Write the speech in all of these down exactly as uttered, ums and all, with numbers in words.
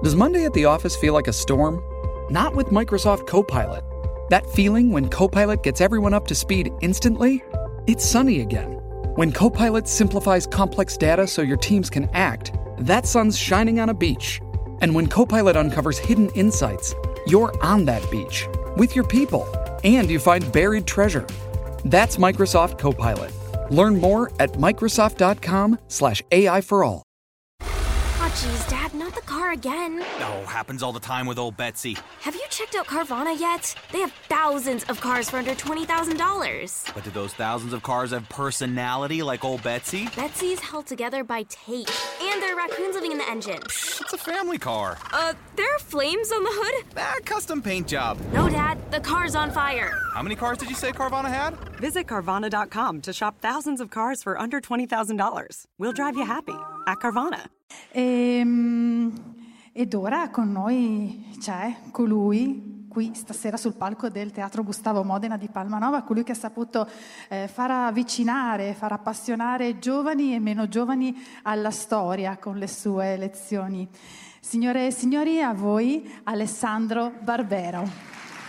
Does Monday at the office feel like a storm? Not with Microsoft Copilot. That feeling when Copilot gets everyone up to speed instantly? It's sunny again. When Copilot simplifies complex data so your teams can act, that sun's shining on a beach. And when Copilot uncovers hidden insights, you're on that beach with your people, and you find buried treasure. That's Microsoft Copilot. Learn more at Microsoft.com slash AI for all. Oh, geez, Dad, not the car again. Oh, happens all the time with old Betsy. Have you checked out Carvana yet? They have thousands of cars for under twenty thousand dollars. But do those thousands of cars have personality like old Betsy? Betsy's held together by tape, and there are raccoons living in the engine. Psh, it's a family car. Uh, there are flames on the hood? Ah, custom paint job. No, Dad, the car's on fire. How many cars did you say Carvana had? Visit Carvana dot com to shop thousands of cars for under twenty thousand dollars. We'll drive you happy at Carvana. Ehm, ed ora con noi c'è colui qui stasera sul palco del Teatro Gustavo Modena di Palmanova, colui che ha saputo eh, far avvicinare, far appassionare giovani e meno giovani alla storia con le sue lezioni. Signore e signori, a voi Alessandro Barbero.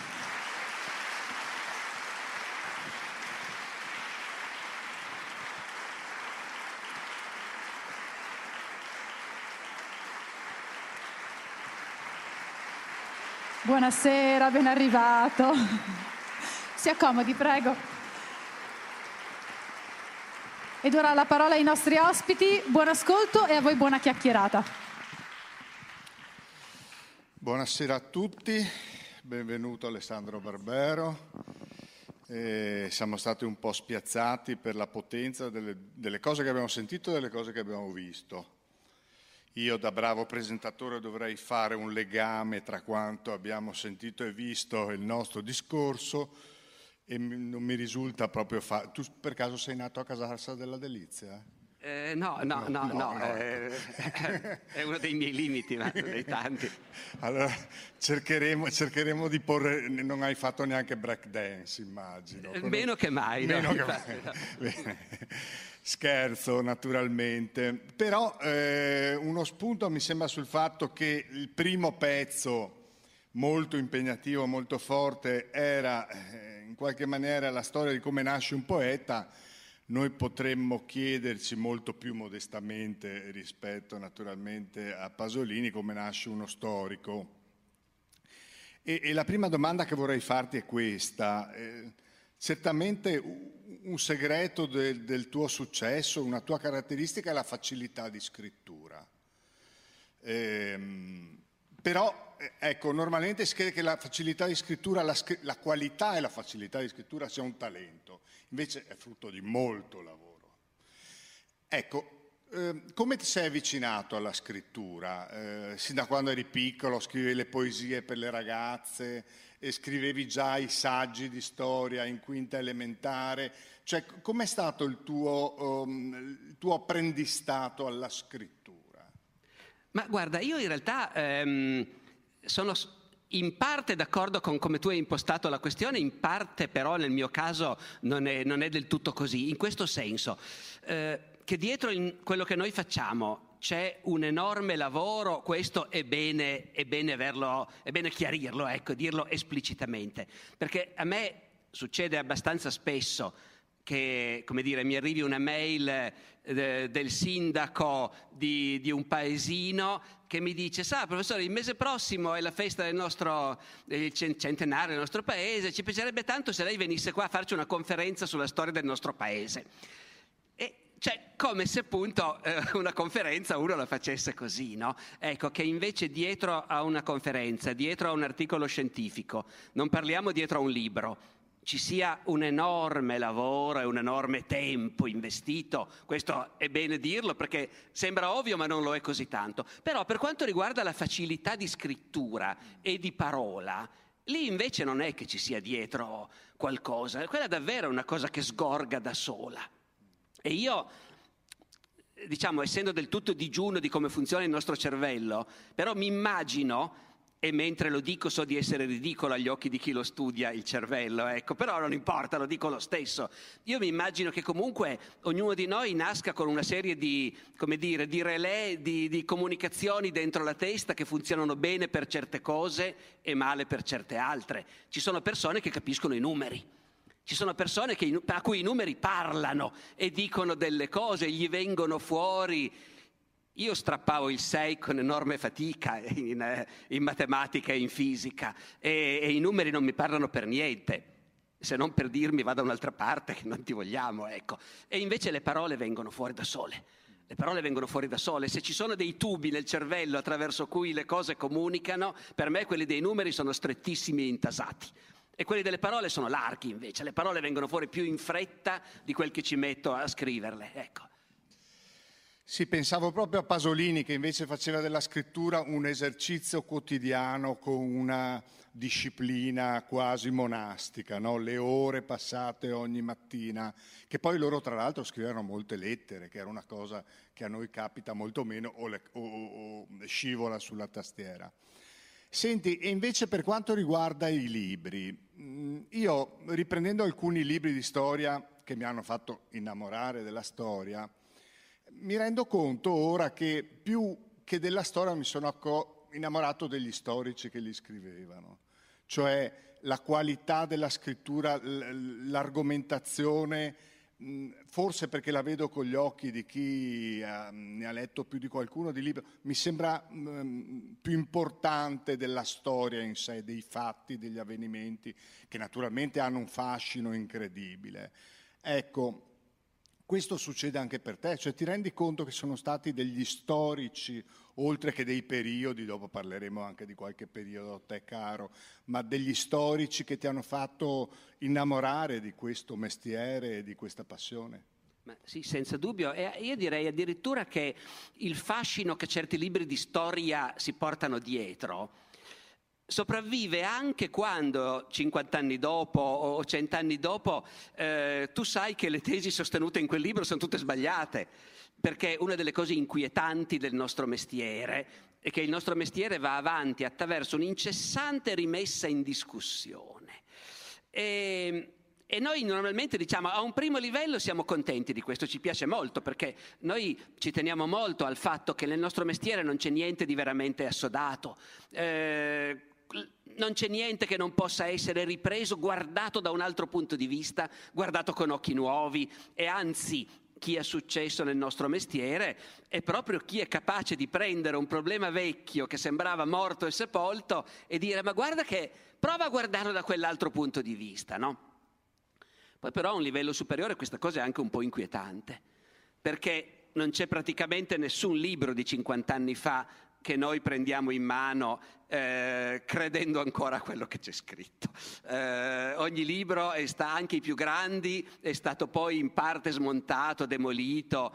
Buonasera, ben arrivato. Si accomodi, prego. Ed ora la parola ai nostri ospiti. Buon ascolto e a voi buona chiacchierata. Buonasera a tutti, benvenuto Alessandro Barbero. Eh, siamo stati un po' spiazzati per la potenza delle, delle cose che abbiamo sentito e delle cose che abbiamo visto. Io da bravo presentatore dovrei fare un legame tra quanto abbiamo sentito e visto il nostro discorso e non mi risulta proprio fa... Tu per caso sei nato a Casa della Delizia? Eh, no, no, no, no, no, no. Eh, è uno dei miei limiti, ma dei tanti. Allora cercheremo, cercheremo di porre... Non hai fatto neanche break dance, immagino. Eh, meno che mai. Meno no, che mai. No. Bene. Scherzo, naturalmente. Però eh, uno spunto mi sembra sul fatto che il primo pezzo molto impegnativo, molto forte, era eh, in qualche maniera la storia di come nasce un poeta. Noi potremmo chiederci molto più modestamente rispetto naturalmente a Pasolini come nasce uno storico. E, e la prima domanda che vorrei farti è questa. Eh, certamente un segreto del, del tuo successo, una tua caratteristica è la facilità di scrittura. Ehm, però, ecco, normalmente si crede che la facilità di scrittura, la, la qualità e la facilità di scrittura sia un talento, invece è frutto di molto lavoro. Ecco, eh, come ti sei avvicinato alla scrittura? Eh, sin da quando eri piccolo scrivevi le poesie per le ragazze, e scrivevi già i saggi di storia in quinta elementare, cioè com'è stato il tuo, um, il tuo apprendistato alla scrittura? Ma guarda, io in realtà ehm, sono in parte d'accordo con come tu hai impostato la questione, in parte però nel mio caso non è, non è del tutto così, in questo senso eh, che dietro in quello che noi facciamo c'è un enorme lavoro, questo è bene, è bene averlo, è bene chiarirlo, ecco, dirlo esplicitamente, perché a me succede abbastanza spesso che, come dire, mi arrivi una mail eh, del sindaco di, di un paesino che mi dice: sa professore, il mese prossimo è la festa del nostro del centenario del nostro paese, ci piacerebbe tanto se lei venisse qua a farci una conferenza sulla storia del nostro paese. Cioè, come se appunto eh, una conferenza uno la facesse così, no? Ecco, che invece dietro a una conferenza, dietro a un articolo scientifico, non parliamo dietro a un libro, ci sia un enorme lavoro e un enorme tempo investito. Questo è bene dirlo perché sembra ovvio ma non lo è così tanto. Però per quanto riguarda la facilità di scrittura e di parola, lì invece non è che ci sia dietro qualcosa, quella davvero è una cosa che sgorga da sola. E io, diciamo, essendo del tutto digiuno di come funziona il nostro cervello, però mi immagino e mentre lo dico so di essere ridicolo agli occhi di chi lo studia il cervello, ecco, però non importa, lo dico lo stesso. Io mi immagino che comunque ognuno di noi nasca con una serie di, come dire, di relè, di, di comunicazioni dentro la testa che funzionano bene per certe cose e male per certe altre. Ci sono persone che capiscono i numeri. Ci sono persone che, a cui i numeri parlano e dicono delle cose, gli vengono fuori. Io strappavo il sei con enorme fatica in, in matematica e in fisica e, e i numeri non mi parlano per niente, se non per dirmi va da un'altra parte che non ti vogliamo, ecco. E invece le parole vengono fuori da sole. Le parole vengono fuori da sole. Se ci sono dei tubi nel cervello attraverso cui le cose comunicano, per me quelli dei numeri sono strettissimi e intasati. E quelli delle parole sono larghi invece. Le parole vengono fuori più in fretta di quel che ci metto a scriverle, ecco. Sì, pensavo proprio a Pasolini che invece faceva della scrittura un esercizio quotidiano con una disciplina quasi monastica, no? Le ore passate ogni mattina, che poi loro tra l'altro scrivevano molte lettere, che era una cosa che a noi capita molto meno o, le, o, o, o scivola sulla tastiera. Senti, e invece per quanto riguarda i libri, io riprendendo alcuni libri di storia che mi hanno fatto innamorare della storia, mi rendo conto ora che più che della storia mi sono acco- innamorato degli storici che li scrivevano, cioè la qualità della scrittura, l- l'argomentazione, mh, forse perché la vedo con gli occhi di chi uh, ne ha letto più di qualcuno di libro, mi sembra mh, più importante della storia in sé, dei fatti, degli avvenimenti, che naturalmente hanno un fascino incredibile. Ecco, questo succede anche per te, cioè ti rendi conto che sono stati degli storici, oltre che dei periodi, dopo parleremo anche di qualche periodo a te caro, ma degli storici che ti hanno fatto innamorare di questo mestiere e di questa passione? Ma sì, senza dubbio. E io direi addirittura che il fascino che certi libri di storia si portano dietro sopravvive anche quando cinquanta anni dopo o cento anni dopo eh, tu sai che le tesi sostenute in quel libro sono tutte sbagliate, perché una delle cose inquietanti del nostro mestiere è che il nostro mestiere va avanti attraverso un'incessante rimessa in discussione. E, e noi normalmente diciamo a un primo livello siamo contenti di questo, ci piace molto, perché noi ci teniamo molto al fatto che nel nostro mestiere non c'è niente di veramente assodato. Eh, Non c'è niente che non possa essere ripreso, guardato da un altro punto di vista, guardato con occhi nuovi, e anzi chi ha successo nel nostro mestiere è proprio chi è capace di prendere un problema vecchio che sembrava morto e sepolto e dire ma guarda che prova a guardarlo da quell'altro punto di vista, no? Poi però a un livello superiore questa cosa è anche un po' inquietante, perché non c'è praticamente nessun libro di cinquanta anni fa che noi prendiamo in mano eh, credendo ancora a quello che c'è scritto. Eh, ogni libro, è sta, anche i più grandi, è stato poi in parte smontato, demolito.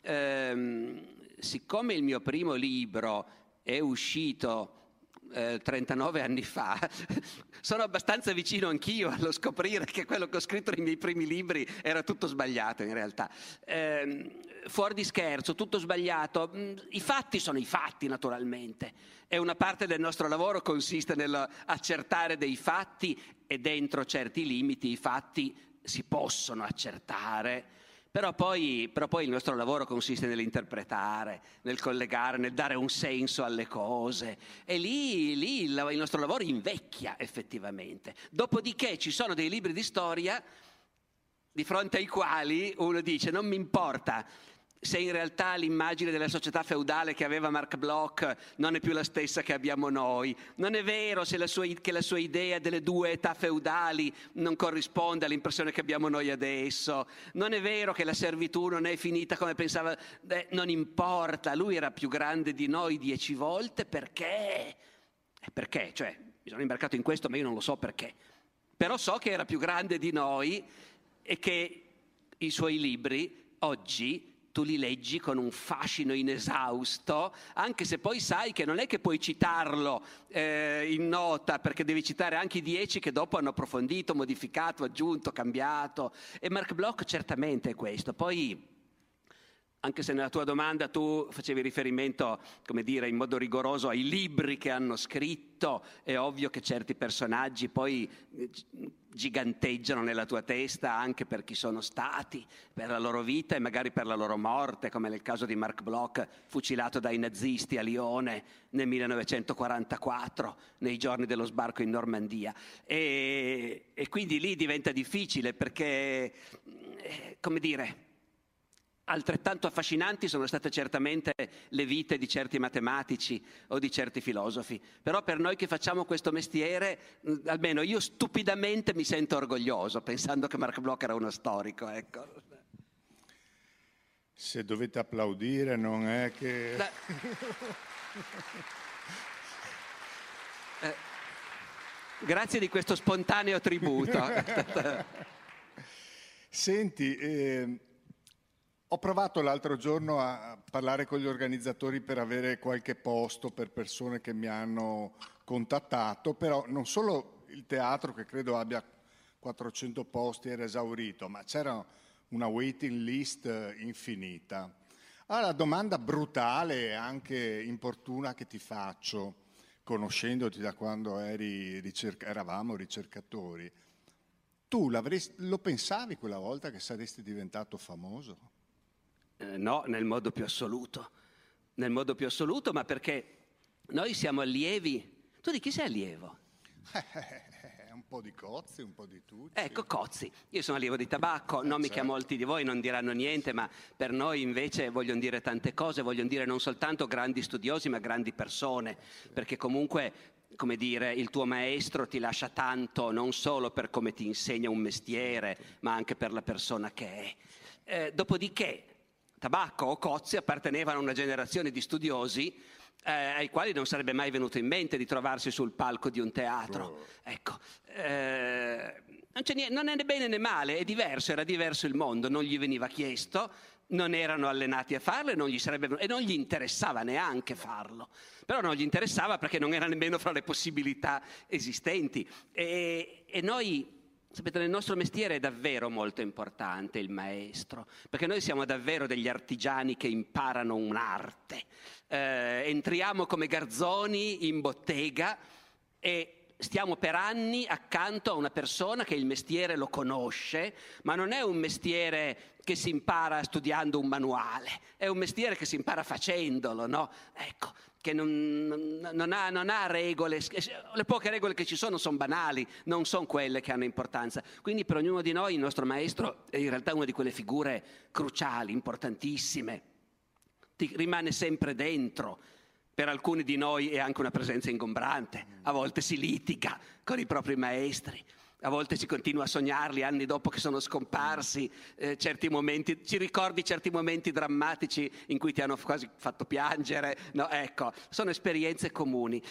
Eh, siccome il mio primo libro è uscito Eh, trentanove anni fa, sono abbastanza vicino anch'io allo scoprire che quello che ho scritto nei miei primi libri era tutto sbagliato in realtà. Eh, fuori di scherzo, tutto sbagliato. I fatti sono i fatti naturalmente, e una parte del nostro lavoro consiste nell'accertare dei fatti e dentro certi limiti i fatti si possono accertare. Però poi, però poi il nostro lavoro consiste nell'interpretare, nel collegare, nel dare un senso alle cose, e lì, lì il, il nostro lavoro invecchia effettivamente. Dopodiché ci sono dei libri di storia di fronte ai quali uno dice non mi importa se in realtà l'immagine della società feudale che aveva Marc Bloch non è più la stessa che abbiamo noi. Non è vero se la sua, che la sua idea delle due età feudali non corrisponde all'impressione che abbiamo noi adesso. Non è vero che la servitù non è finita come pensava. Eh, non importa, lui era più grande di noi dieci volte perché? Perché? Cioè, mi sono imbarcato in questo, ma io non lo so perché. Però so che era più grande di noi e che i suoi libri oggi tu li leggi con un fascino inesausto, anche se poi sai che non è che puoi citarlo eh, in nota, perché devi citare anche i dieci che dopo hanno approfondito, modificato, aggiunto, cambiato. E Marc Bloch certamente è questo. Poi anche se nella tua domanda tu facevi riferimento, come dire, in modo rigoroso ai libri che hanno scritto, è ovvio che certi personaggi poi giganteggiano nella tua testa anche per chi sono stati, per la loro vita e magari per la loro morte, come nel caso di Marc Bloch, fucilato dai nazisti a Lione nel millenovecentoquarantaquattro, nei giorni dello sbarco in Normandia. E, e quindi lì diventa difficile perché, come dire, altrettanto affascinanti sono state certamente le vite di certi matematici o di certi filosofi, però per noi che facciamo questo mestiere, almeno io stupidamente mi sento orgoglioso pensando che Marc Bloch era uno storico, ecco. Se dovete applaudire non è che... La... eh, grazie di questo spontaneo tributo. Senti, eh, ho provato l'altro giorno a parlare con gli organizzatori per avere qualche posto per persone che mi hanno contattato, però non solo il teatro, che credo abbia quattrocento posti, era esaurito, ma c'era una waiting list infinita. Allora, la domanda brutale e anche importuna che ti faccio, conoscendoti da quando eri ricerca- eravamo ricercatori, tu lo pensavi quella volta che saresti diventato famoso? Eh, no, nel modo più assoluto, nel modo più assoluto, ma perché noi siamo allievi. Tu di chi sei allievo? Un po' di Cozzi, un po' di tutti. Ecco, Cozzi. Io sono allievo di tabacco, eh, non certo. mica molti di voi non diranno niente, ma per noi invece vogliono dire tante cose, vogliono dire non soltanto grandi studiosi, ma grandi persone, sì. Perché comunque, come dire, il tuo maestro ti lascia tanto, non solo per come ti insegna un mestiere, ma anche per la persona che è. Eh, dopodiché, Tabacco o Cozzi appartenevano a una generazione di studiosi eh, ai quali non sarebbe mai venuto in mente di trovarsi sul palco di un teatro. Oh. Ecco, eh, non, c'è niente, non è né bene né male, è diverso, era diverso il mondo, non gli veniva chiesto, non erano allenati a farlo e non gli, sarebbe, e non gli interessava neanche farlo. Però non gli interessava perché non era nemmeno fra le possibilità esistenti. E, e noi... Sapete, nel nostro mestiere è davvero molto importante il maestro, perché noi siamo davvero degli artigiani che imparano un'arte. Eh, entriamo come garzoni in bottega e stiamo per anni accanto a una persona che il mestiere lo conosce, ma non è un mestiere che si impara studiando un manuale, è un mestiere che si impara facendolo, no? Ecco, che non, non, ha, non ha regole, le poche regole che ci sono sono banali, non sono quelle che hanno importanza. Quindi per ognuno di noi il nostro maestro è in realtà una di quelle figure cruciali, importantissime, ti rimane sempre dentro. Per alcuni di noi è anche una presenza ingombrante, a volte si litiga con i propri maestri. A volte si continua a sognarli anni dopo che sono scomparsi, eh, certi momenti, ci ricordi certi momenti drammatici in cui ti hanno quasi fatto piangere, no? Ecco, sono esperienze comuni.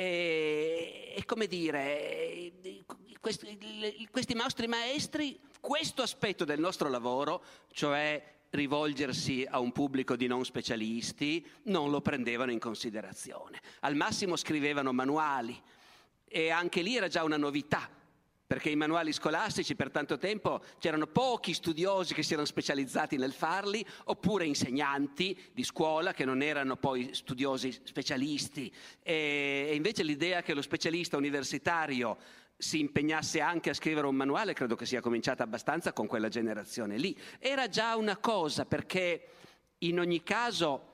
E, e come dire, questi, questi nostri maestri, questo aspetto del nostro lavoro, cioè rivolgersi a un pubblico di non specialisti, non lo prendevano in considerazione. Al massimo scrivevano manuali e anche lì era già una novità. Perché i manuali scolastici per tanto tempo c'erano pochi studiosi che si erano specializzati nel farli, oppure insegnanti di scuola che non erano poi studiosi specialisti. E invece l'idea che lo specialista universitario si impegnasse anche a scrivere un manuale credo che sia cominciata abbastanza con quella generazione lì. Era già una cosa, perché in ogni caso,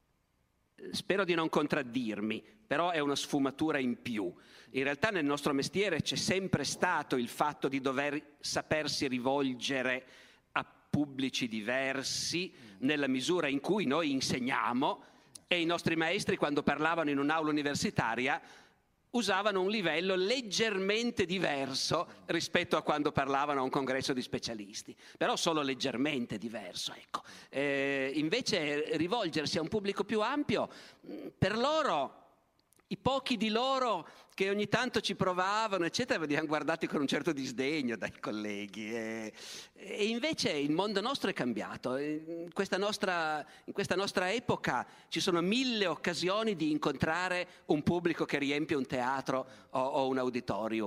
spero di non contraddirmi, però è una sfumatura in più. In realtà nel nostro mestiere c'è sempre stato il fatto di dover sapersi rivolgere a pubblici diversi nella misura in cui noi insegniamo e i nostri maestri quando parlavano in un'aula universitaria usavano un livello leggermente diverso rispetto a quando parlavano a un congresso di specialisti, però solo leggermente diverso, ecco. Eh, invece rivolgersi a un pubblico più ampio, per loro, i pochi di loro che ogni tanto ci provavano, eccetera, venivano guardati con un certo disdegno dai colleghi. E, e invece il mondo nostro è cambiato. In questa, nostra, in questa nostra epoca ci sono mille occasioni di incontrare un pubblico che riempie un teatro o, o un auditorium.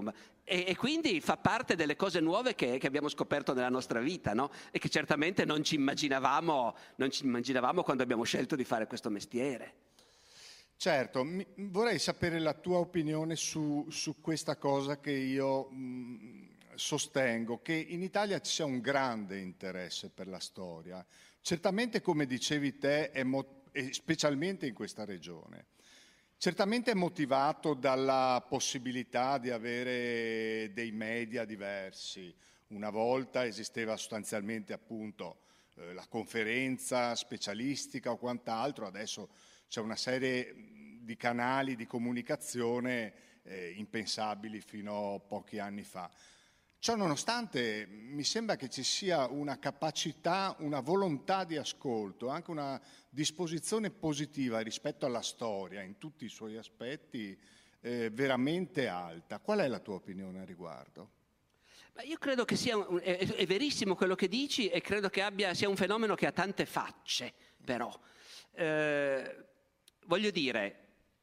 E, e quindi fa parte delle cose nuove che, che abbiamo scoperto nella nostra vita, no? E che certamente non ci immaginavamo, non ci immaginavamo quando abbiamo scelto di fare questo mestiere. Certo, mi, vorrei sapere la tua opinione su, su questa cosa che io mh, sostengo, che in Italia ci sia un grande interesse per la storia. Certamente, come dicevi te, è mo- e specialmente in questa regione. Certamente è motivato dalla possibilità di avere dei media diversi. Una volta esisteva sostanzialmente appunto eh, la conferenza specialistica o quant'altro, adesso c'è una serie di canali di comunicazione eh, impensabili fino a pochi anni fa. Ciò nonostante mi sembra che ci sia una capacità, una volontà di ascolto, anche una disposizione positiva rispetto alla storia in tutti i suoi aspetti eh, veramente alta. Qual è la tua opinione a riguardo? Io credo che sia un, è, è verissimo quello che dici e credo che abbia, sia un fenomeno che ha tante facce, però. Eh, voglio dire,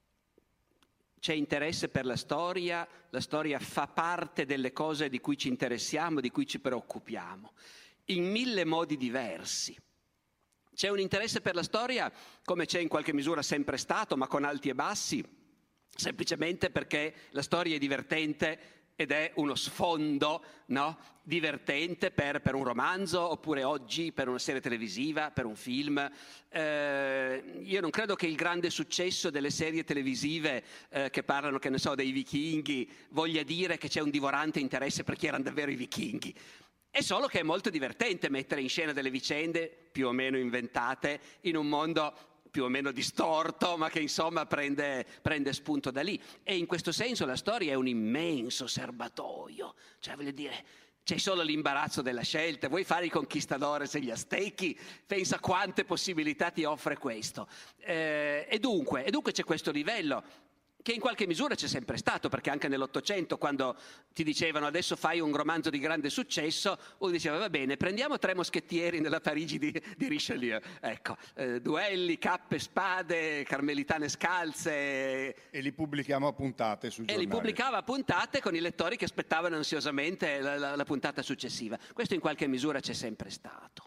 c'è interesse per la storia, la storia fa parte delle cose di cui ci interessiamo, di cui ci preoccupiamo, in mille modi diversi. C'è un interesse per la storia, come c'è in qualche misura sempre stato, ma con alti e bassi, semplicemente perché la storia è divertente ed è uno sfondo, no? divertente per, per un romanzo, oppure oggi per una serie televisiva, per un film. Eh, io non credo che il grande successo delle serie televisive eh, che parlano, che ne so, dei vichinghi, voglia dire che c'è un divorante interesse per chi erano davvero i vichinghi. È solo che è molto divertente mettere in scena delle vicende più o meno inventate in un mondo più o meno distorto, ma che insomma prende, prende spunto da lì. E in questo senso la storia è un immenso serbatoio. Cioè, voglio dire, c'è solo l'imbarazzo della scelta. Vuoi fare i conquistadores e gli aztechi? Pensa quante possibilità ti offre questo. Eh, e, dunque, e dunque c'è questo livello, che in qualche misura c'è sempre stato, perché anche nell'Ottocento, quando ti dicevano adesso fai un romanzo di grande successo, uno diceva va bene, prendiamo Tre moschettieri nella Parigi di, di Richelieu, ecco, eh, duelli, cappe, spade, carmelitane scalze. E li pubblichiamo a puntate sul giornale. E li pubblicava a puntate con i lettori che aspettavano ansiosamente la, la, la puntata successiva. Questo in qualche misura c'è sempre stato.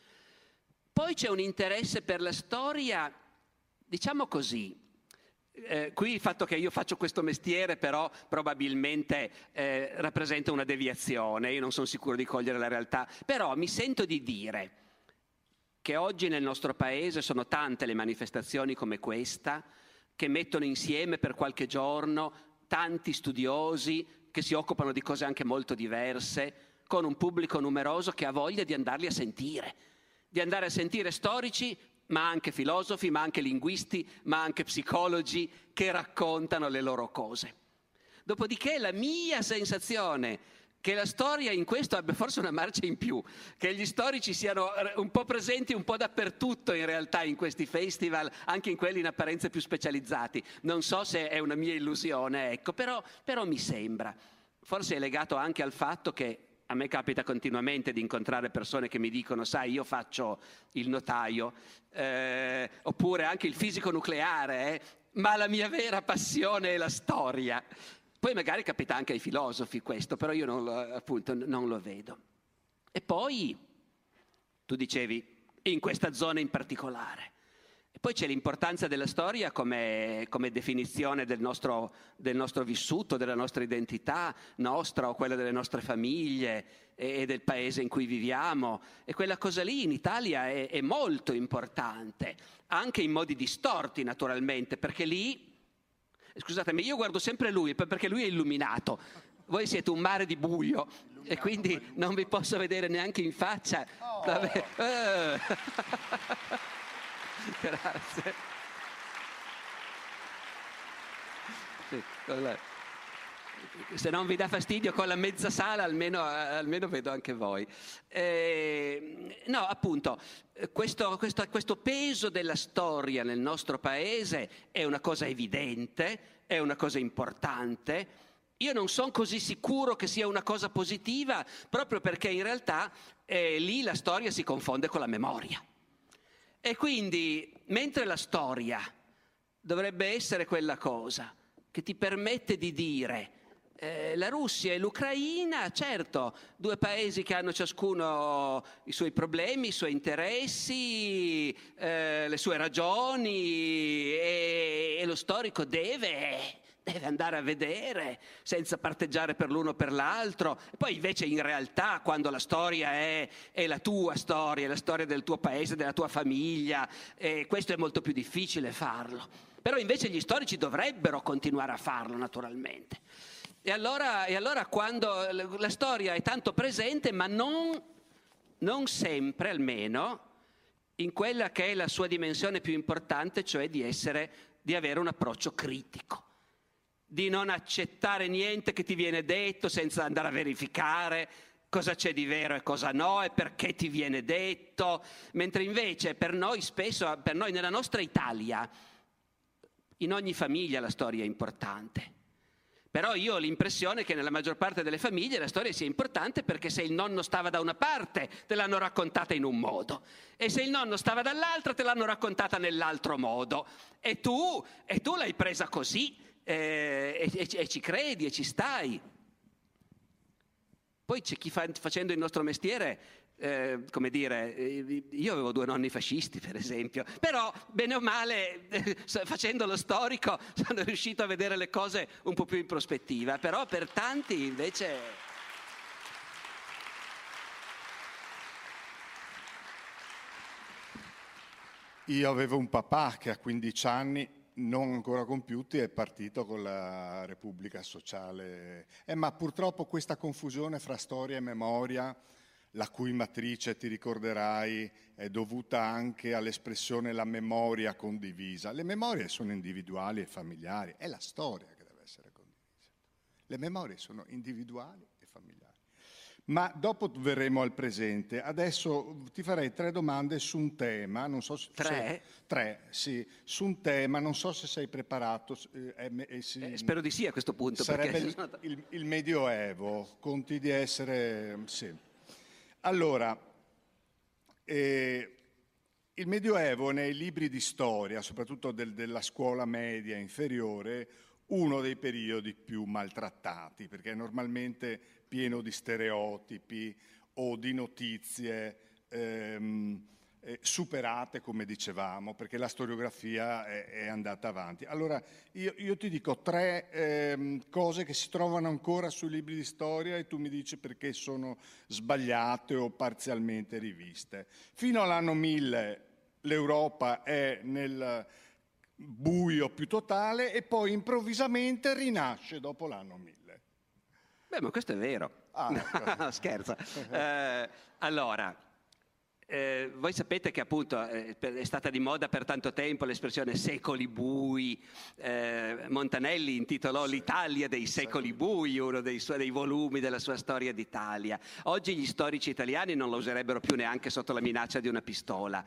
Poi c'è un interesse per la storia, diciamo così. Eh, qui il fatto che io faccio questo mestiere però probabilmente eh, rappresenta una deviazione, io non sono sicuro di cogliere la realtà, però mi sento di dire che oggi nel nostro paese sono tante le manifestazioni come questa che mettono insieme per qualche giorno tanti studiosi che si occupano di cose anche molto diverse, con un pubblico numeroso che ha voglia di andarli a sentire, di andare a sentire storici, ma anche filosofi, ma anche linguisti, ma anche psicologi che raccontano le loro cose. Dopodiché la mia sensazione che la storia in questo abbia forse una marcia in più, che gli storici siano un po' presenti un po' dappertutto in realtà in questi festival, anche in quelli in apparenza più specializzati. Non so se è una mia illusione, ecco, però, però mi sembra. Forse è legato anche al fatto che a me capita continuamente di incontrare persone che mi dicono, sai, io faccio il notaio, eh, oppure anche il fisico nucleare, eh, ma la mia vera passione è la storia. Poi magari capita anche ai filosofi questo, però io non lo, appunto non lo vedo. E poi, tu dicevi, in questa zona in particolare. E poi c'è l'importanza della storia come, come definizione del nostro, del nostro vissuto, della nostra identità nostra o quella delle nostre famiglie e, e del paese in cui viviamo. E quella cosa lì in Italia è, è molto importante, anche in modi distorti naturalmente, perché lì, scusatemi, io guardo sempre lui perché lui è illuminato. Voi siete un mare di buio illuminato, e quindi non vi posso vedere neanche in faccia. Oh. Vabbè. Uh. Grazie. Sì, se non vi dà fastidio con la mezza sala, almeno, almeno vedo anche voi. Eh, no, appunto, questo, questo, questo peso della storia nel nostro paese è una cosa evidente, è una cosa importante. Io non sono così sicuro che sia una cosa positiva, proprio perché in realtà eh, lì la storia si confonde con la memoria. E quindi, mentre la storia dovrebbe essere quella cosa che ti permette di dire Eh, la Russia e l'Ucraina, certo, due paesi che hanno ciascuno i suoi problemi, i suoi interessi, eh, le sue ragioni e, e lo storico deve... deve andare a vedere senza parteggiare per l'uno o per l'altro. E poi invece in realtà quando la storia è, è la tua storia, è la storia del tuo paese, della tua famiglia, eh, questo è molto più difficile farlo. Però invece gli storici dovrebbero continuare a farlo naturalmente. E allora, e allora quando la storia è tanto presente, ma non, non sempre almeno, in quella che è la sua dimensione più importante, cioè di essere, di avere un approccio critico, di non accettare niente che ti viene detto senza andare a verificare cosa c'è di vero e cosa no e perché ti viene detto, mentre invece per noi spesso, per noi nella nostra Italia, in ogni famiglia la storia è importante. Però io ho l'impressione che nella maggior parte delle famiglie la storia sia importante perché se il nonno stava da una parte te l'hanno raccontata in un modo e se il nonno stava dall'altra te l'hanno raccontata nell'altro modo e tu, e tu l'hai presa così. Eh, e, e, e ci credi e ci stai. Poi c'è chi fa, facendo il nostro mestiere, eh, come dire, eh, io avevo due nonni fascisti per esempio, però bene o male eh, facendo lo storico sono riuscito a vedere le cose un po' più in prospettiva, però per tanti invece... Io avevo un papà che a quindici anni non ancora compiuti è partito con la Repubblica Sociale, eh, ma purtroppo questa confusione fra storia e memoria, la cui matrice, ti ricorderai, è dovuta anche all'espressione la memoria condivisa. Le memorie sono individuali e familiari, è la storia che deve essere condivisa. Le memorie sono individuali e familiari. Ma dopo verremo al presente. Adesso ti farei tre domande su un tema, non so se tre? Sei, tre, sì, su un tema, non so se sei preparato. Eh, eh, sì, eh, spero di sì a questo punto. Sarebbe perché... il, il, il Medioevo, conti di essere... Sì. Allora, eh, il Medioevo nei libri di storia, soprattutto del, della scuola media inferiore, uno dei periodi più maltrattati, perché è normalmente pieno di stereotipi o di notizie ehm, eh, superate, come dicevamo, perché la storiografia è, è andata avanti. Allora, io, io ti dico tre ehm, cose che si trovano ancora sui libri di storia e tu mi dici perché sono sbagliate o parzialmente riviste. Fino all'anno mille l'Europa è nel buio più totale e poi improvvisamente rinasce dopo l'anno mille. Beh, ma questo è vero. Ah, ecco. Scherzo. Eh, allora, eh, voi sapete che appunto eh, è stata di moda per tanto tempo l'espressione secoli bui. Eh, Montanelli intitolò sì. L'Italia dei secoli bui, uno dei, suoi, dei volumi della sua storia d'Italia. Oggi gli storici italiani non lo userebbero più neanche sotto la minaccia di una pistola.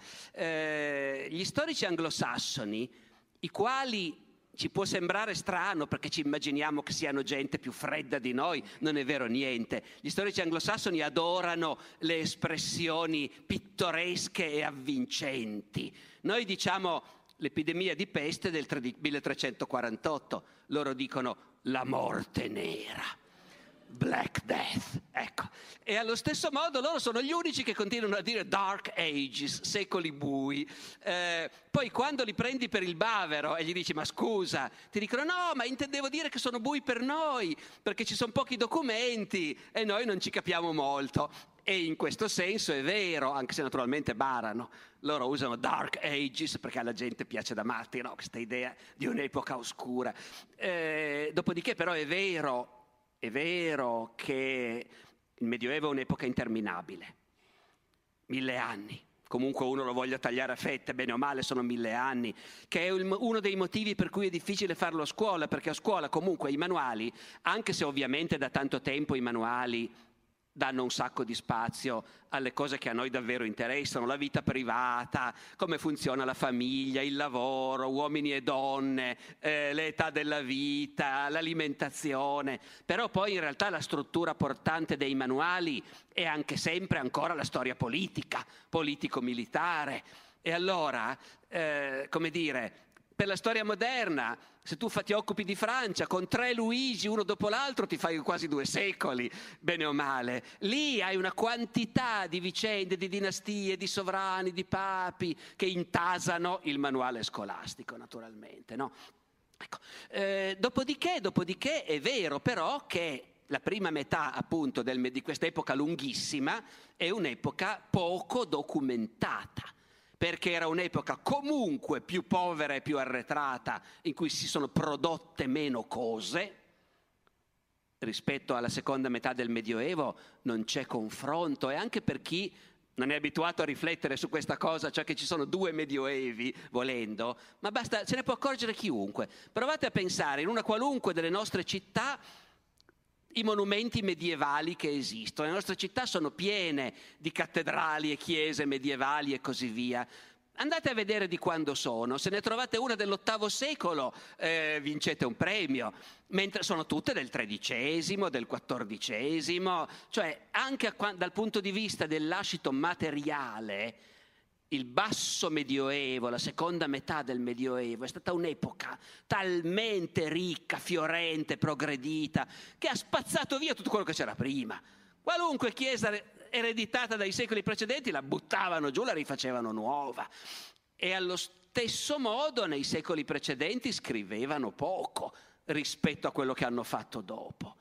Eh, gli storici anglosassoni, i quali ci può sembrare strano perché ci immaginiamo che siano gente più fredda di noi, non è vero niente. Gli storici anglosassoni adorano le espressioni pittoresche e avvincenti. Noi diciamo l'epidemia di peste del milletrecentoquarantotto, loro dicono la morte nera. Black Death, ecco. E allo stesso modo loro sono gli unici che continuano a dire Dark Ages, secoli bui. Eh, poi quando li prendi per il bavero e gli dici ma scusa, ti dicono no, ma intendevo dire che sono bui per noi, perché ci sono pochi documenti e noi non ci capiamo molto. E in questo senso è vero, anche se naturalmente barano. Loro usano Dark Ages perché alla gente piace da matti, no? Questa idea di un'epoca oscura. Eh, dopodiché però è vero È vero che il Medioevo è un'epoca interminabile, mille anni, comunque uno lo voglia tagliare a fette, bene o male sono mille anni, che è uno dei motivi per cui è difficile farlo a scuola, perché a scuola comunque i manuali, anche se ovviamente da tanto tempo i manuali danno un sacco di spazio alle cose che a noi davvero interessano, la vita privata, come funziona la famiglia, il lavoro, uomini e donne, eh, l'età della vita, l'alimentazione, però poi in realtà la struttura portante dei manuali è anche sempre ancora la storia politica, politico-militare. E allora, eh, come dire, per la storia moderna, se tu fa, ti occupi di Francia, con tre Luigi uno dopo l'altro ti fai quasi due secoli, bene o male. Lì hai una quantità di vicende, di dinastie, di sovrani, di papi che intasano il manuale scolastico, naturalmente, no? Ecco. Eh, dopodiché, dopodiché è vero però che la prima metà appunto del, di questa epoca lunghissima è un'epoca poco documentata, perché era un'epoca comunque più povera e più arretrata, in cui si sono prodotte meno cose. Rispetto alla seconda metà del Medioevo non c'è confronto, e anche per chi non è abituato a riflettere su questa cosa, cioè che ci sono due medioevi, volendo, ma basta, se ne può accorgere chiunque. Provate a pensare in una qualunque delle nostre città i monumenti medievali che esistono. Le nostre città sono piene di cattedrali e chiese medievali e così via. Andate a vedere di quando sono. Se ne trovate una dell'ottavo secolo, eh, vincete un premio, mentre sono tutte del tredicesimo, del quattordicesimo. Cioè, anche a, dal punto di vista del lascito materiale, il basso medioevo, la seconda metà del medioevo, è stata un'epoca talmente ricca, fiorente, progredita, che ha spazzato via tutto quello che c'era prima. Qualunque chiesa ereditata dai secoli precedenti la buttavano giù, la rifacevano nuova. E allo stesso modo nei secoli precedenti scrivevano poco rispetto a quello che hanno fatto dopo.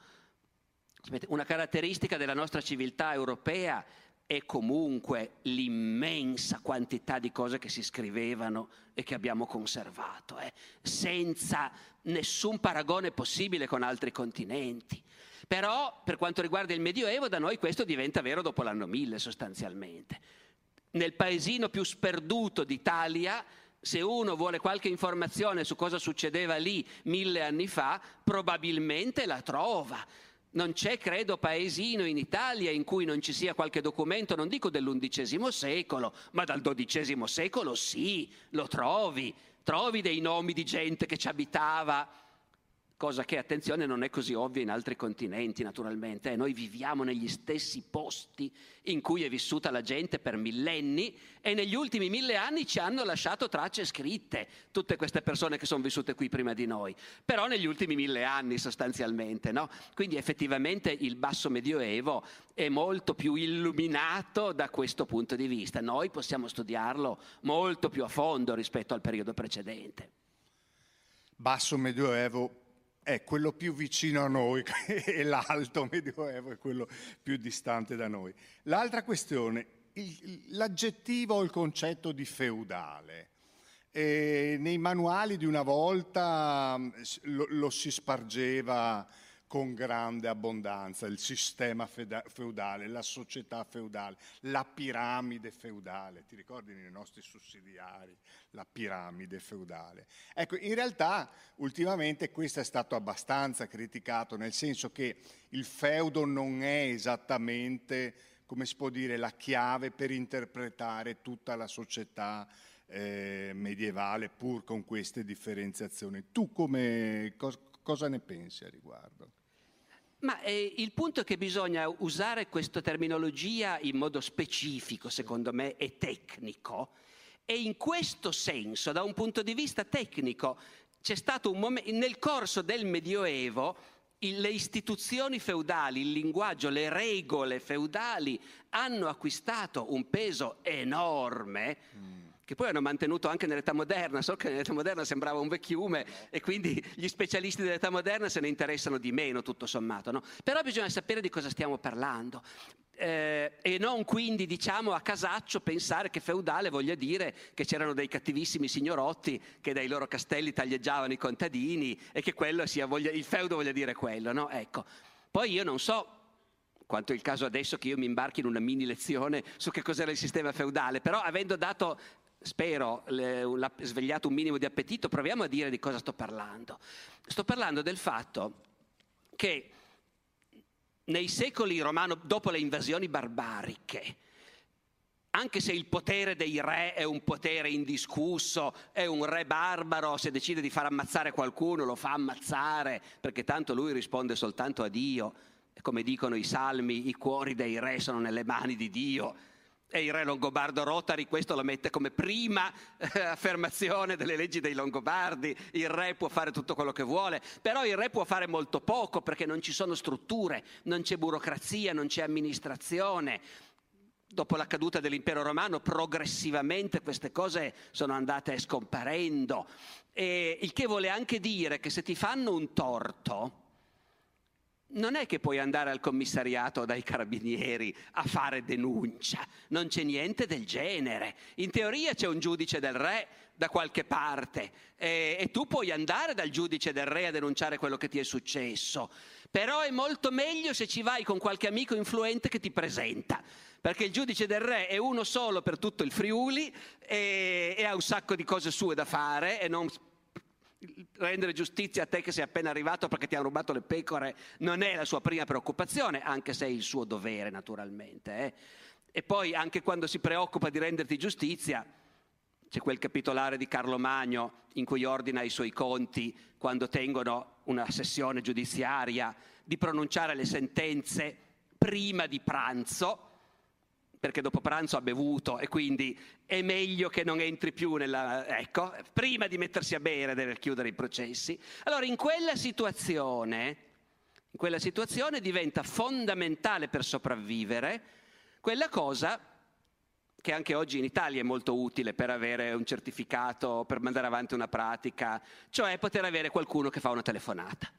Una caratteristica della nostra civiltà europea è comunque l'immensa quantità di cose che si scrivevano e che abbiamo conservato, eh, senza nessun paragone possibile con altri continenti. Però, per quanto riguarda il Medioevo, da noi questo diventa vero dopo l'anno mille, sostanzialmente. Nel paesino più sperduto d'Italia, se uno vuole qualche informazione su cosa succedeva lì mille anni fa, probabilmente la trova. Non c'è, credo, paesino in Italia in cui non ci sia qualche documento, non dico dell'undicesimo secolo, ma dal dodicesimo secolo sì, lo trovi. Trovi dei nomi di gente che ci abitava, cosa che, attenzione, non è così ovvia in altri continenti, naturalmente. Eh, noi viviamo negli stessi posti in cui è vissuta la gente per millenni, e negli ultimi mille anni ci hanno lasciato tracce scritte, tutte queste persone che sono vissute qui prima di noi, però negli ultimi mille anni sostanzialmente, no? Quindi effettivamente il basso medioevo è molto più illuminato da questo punto di vista. Noi possiamo studiarlo molto più a fondo rispetto al periodo precedente. Basso medioevo è quello più vicino a noi e l'alto medioevo è quello più distante da noi. L'altra questione, il, l'aggettivo o il concetto di feudale. E nei manuali di una volta lo, lo si spargeva con grande abbondanza, il sistema feudale, la società feudale, la piramide feudale. Ti ricordi nei nostri sussidiari la piramide feudale? Ecco, in realtà ultimamente questo è stato abbastanza criticato, nel senso che il feudo non è esattamente, come si può dire, la chiave per interpretare tutta la società eh, medievale, pur con queste differenziazioni. Tu come, cos, cosa ne pensi a riguardo? Ma eh, il punto è che bisogna usare questa terminologia in modo specifico, secondo me, e tecnico. E in questo senso, da un punto di vista tecnico, c'è stato un momento, nel corso del Medioevo, il, le istituzioni feudali, il linguaggio, le regole feudali hanno acquistato un peso enorme, mm. che poi hanno mantenuto anche nell'età moderna, so che nell'età moderna sembrava un vecchiume e quindi gli specialisti dell'età moderna se ne interessano di meno, tutto sommato, no? Però bisogna sapere di cosa stiamo parlando. Eh, e non quindi, diciamo, a casaccio pensare che feudale voglia dire che c'erano dei cattivissimi signorotti che dai loro castelli taglieggiavano i contadini e che quello sia voglia, il feudo voglia dire quello, no? Ecco. Poi io non so quanto è il caso adesso che io mi imbarchi in una mini lezione su che cos'era il sistema feudale, però avendo dato, spero, le, la, svegliato un minimo di appetito, proviamo a dire di cosa sto parlando. Sto parlando del fatto che nei secoli romano, dopo le invasioni barbariche, anche se il potere dei re è un potere indiscusso, è un re barbaro, se decide di far ammazzare qualcuno lo fa ammazzare, perché tanto lui risponde soltanto a Dio. Come dicono i salmi, i cuori dei re sono nelle mani di Dio. E il re Longobardo Rotari questo lo mette come prima eh, affermazione delle leggi dei Longobardi. Il re può fare tutto quello che vuole, però il re può fare molto poco perché non ci sono strutture, non c'è burocrazia, non c'è amministrazione. Dopo la caduta dell'impero romano progressivamente queste cose sono andate scomparendo, e il che vuole anche dire che se ti fanno un torto non è che puoi andare al commissariato o dai carabinieri a fare denuncia, non c'è niente del genere. In teoria c'è un giudice del re da qualche parte e, e tu puoi andare dal giudice del re a denunciare quello che ti è successo, però è molto meglio se ci vai con qualche amico influente che ti presenta, perché il giudice del re è uno solo per tutto il Friuli e, e ha un sacco di cose sue da fare, e non rendere giustizia a te che sei appena arrivato perché ti hanno rubato le pecore non è la sua prima preoccupazione, anche se è il suo dovere naturalmente. Eh. E poi anche quando si preoccupa di renderti giustizia, c'è quel capitolare di Carlo Magno in cui ordina ai suoi conti, quando tengono una sessione giudiziaria, di pronunciare le sentenze prima di pranzo, perché dopo pranzo ha bevuto e quindi è meglio che non entri più nella... Ecco, prima di mettersi a bere deve chiudere i processi. Allora in quella situazione, in quella situazione diventa fondamentale per sopravvivere quella cosa che anche oggi in Italia è molto utile per avere un certificato, per mandare avanti una pratica, cioè poter avere qualcuno che fa una telefonata.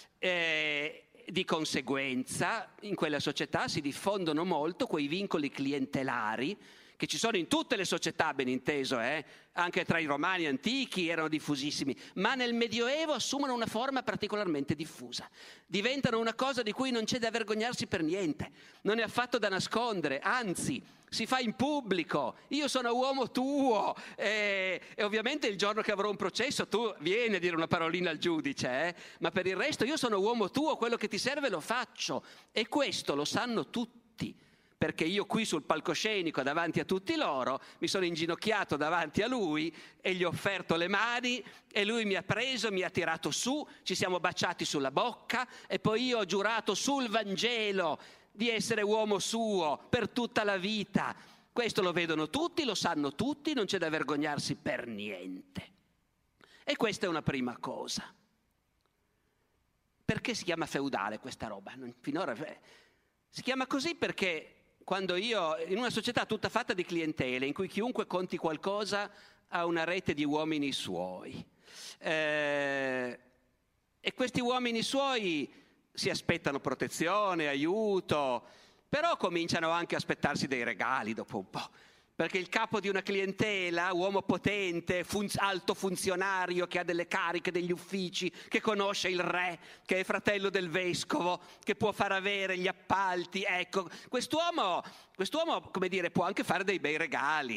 E di conseguenza in quella società si diffondono molto quei vincoli clientelari che ci sono in tutte le società, ben inteso, eh? Anche tra i romani antichi erano diffusissimi, ma nel Medioevo assumono una forma particolarmente diffusa, diventano una cosa di cui non c'è da vergognarsi per niente, non è affatto da nascondere, anzi si fa in pubblico. Io sono uomo tuo eh, e ovviamente il giorno che avrò un processo tu vieni a dire una parolina al giudice, eh? Ma per il resto io sono uomo tuo, quello che ti serve lo faccio, e questo lo sanno tutti. Perché io qui sul palcoscenico davanti a tutti loro mi sono inginocchiato davanti a lui e gli ho offerto le mani e lui mi ha preso, mi ha tirato su, ci siamo baciati sulla bocca e poi io ho giurato sul Vangelo di essere uomo suo per tutta la vita. Questo lo vedono tutti, lo sanno tutti, non c'è da vergognarsi per niente. E questa è una prima cosa. Perché si chiama feudale questa roba? Finora si chiama così perché quando io, in una società tutta fatta di clientele, in cui chiunque conti qualcosa ha una rete di uomini suoi, eh, e questi uomini suoi si aspettano protezione, aiuto, però cominciano anche a aspettarsi dei regali dopo un po'. Perché il capo di una clientela, uomo potente, fun- alto funzionario che ha delle cariche, degli uffici, che conosce il re, che è fratello del vescovo, che può far avere gli appalti, ecco, quest'uomo, quest'uomo, come dire, può anche fare dei bei regali.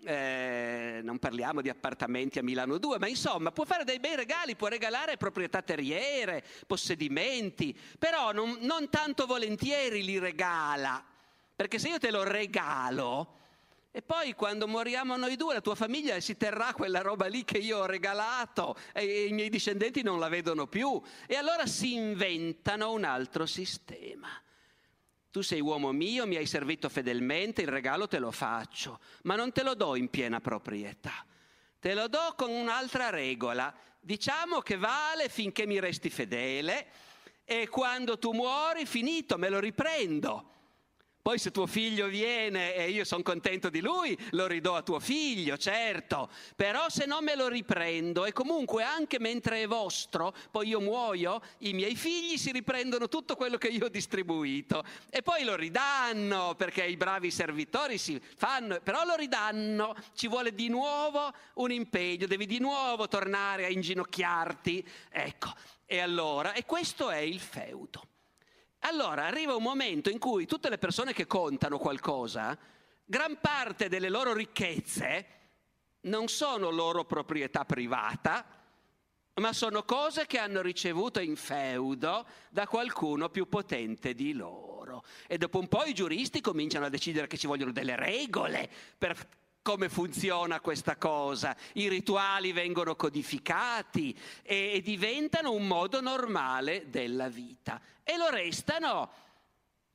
Eh, non parliamo di appartamenti a Milano due, ma insomma può fare dei bei regali, può regalare proprietà terriere, possedimenti, però non, non tanto volentieri li regala, perché se io te lo regalo e poi quando moriamo noi due la tua famiglia si terrà quella roba lì che io ho regalato e i miei discendenti non la vedono più, e allora si inventano un altro sistema. Tu sei uomo mio, mi hai servito fedelmente, il regalo te lo faccio, ma non te lo do in piena proprietà, te lo do con un'altra regola, diciamo che vale finché mi resti fedele e quando tu muori, finito, me lo riprendo. Poi se tuo figlio viene e io sono contento di lui, lo ridò a tuo figlio, certo, però se no me lo riprendo e comunque anche mentre è vostro, poi io muoio, i miei figli si riprendono tutto quello che io ho distribuito e poi lo ridanno, perché i bravi servitori si fanno, però lo ridanno, ci vuole di nuovo un impegno, devi di nuovo tornare a inginocchiarti, ecco, e allora, e questo è il feudo. Allora arriva un momento in cui tutte le persone che contano qualcosa, gran parte delle loro ricchezze non sono loro proprietà privata, ma sono cose che hanno ricevuto in feudo da qualcuno più potente di loro. E dopo un po' i giuristi cominciano a decidere che ci vogliono delle regole per come funziona questa cosa. I rituali vengono codificati e, e diventano un modo normale della vita. E lo restano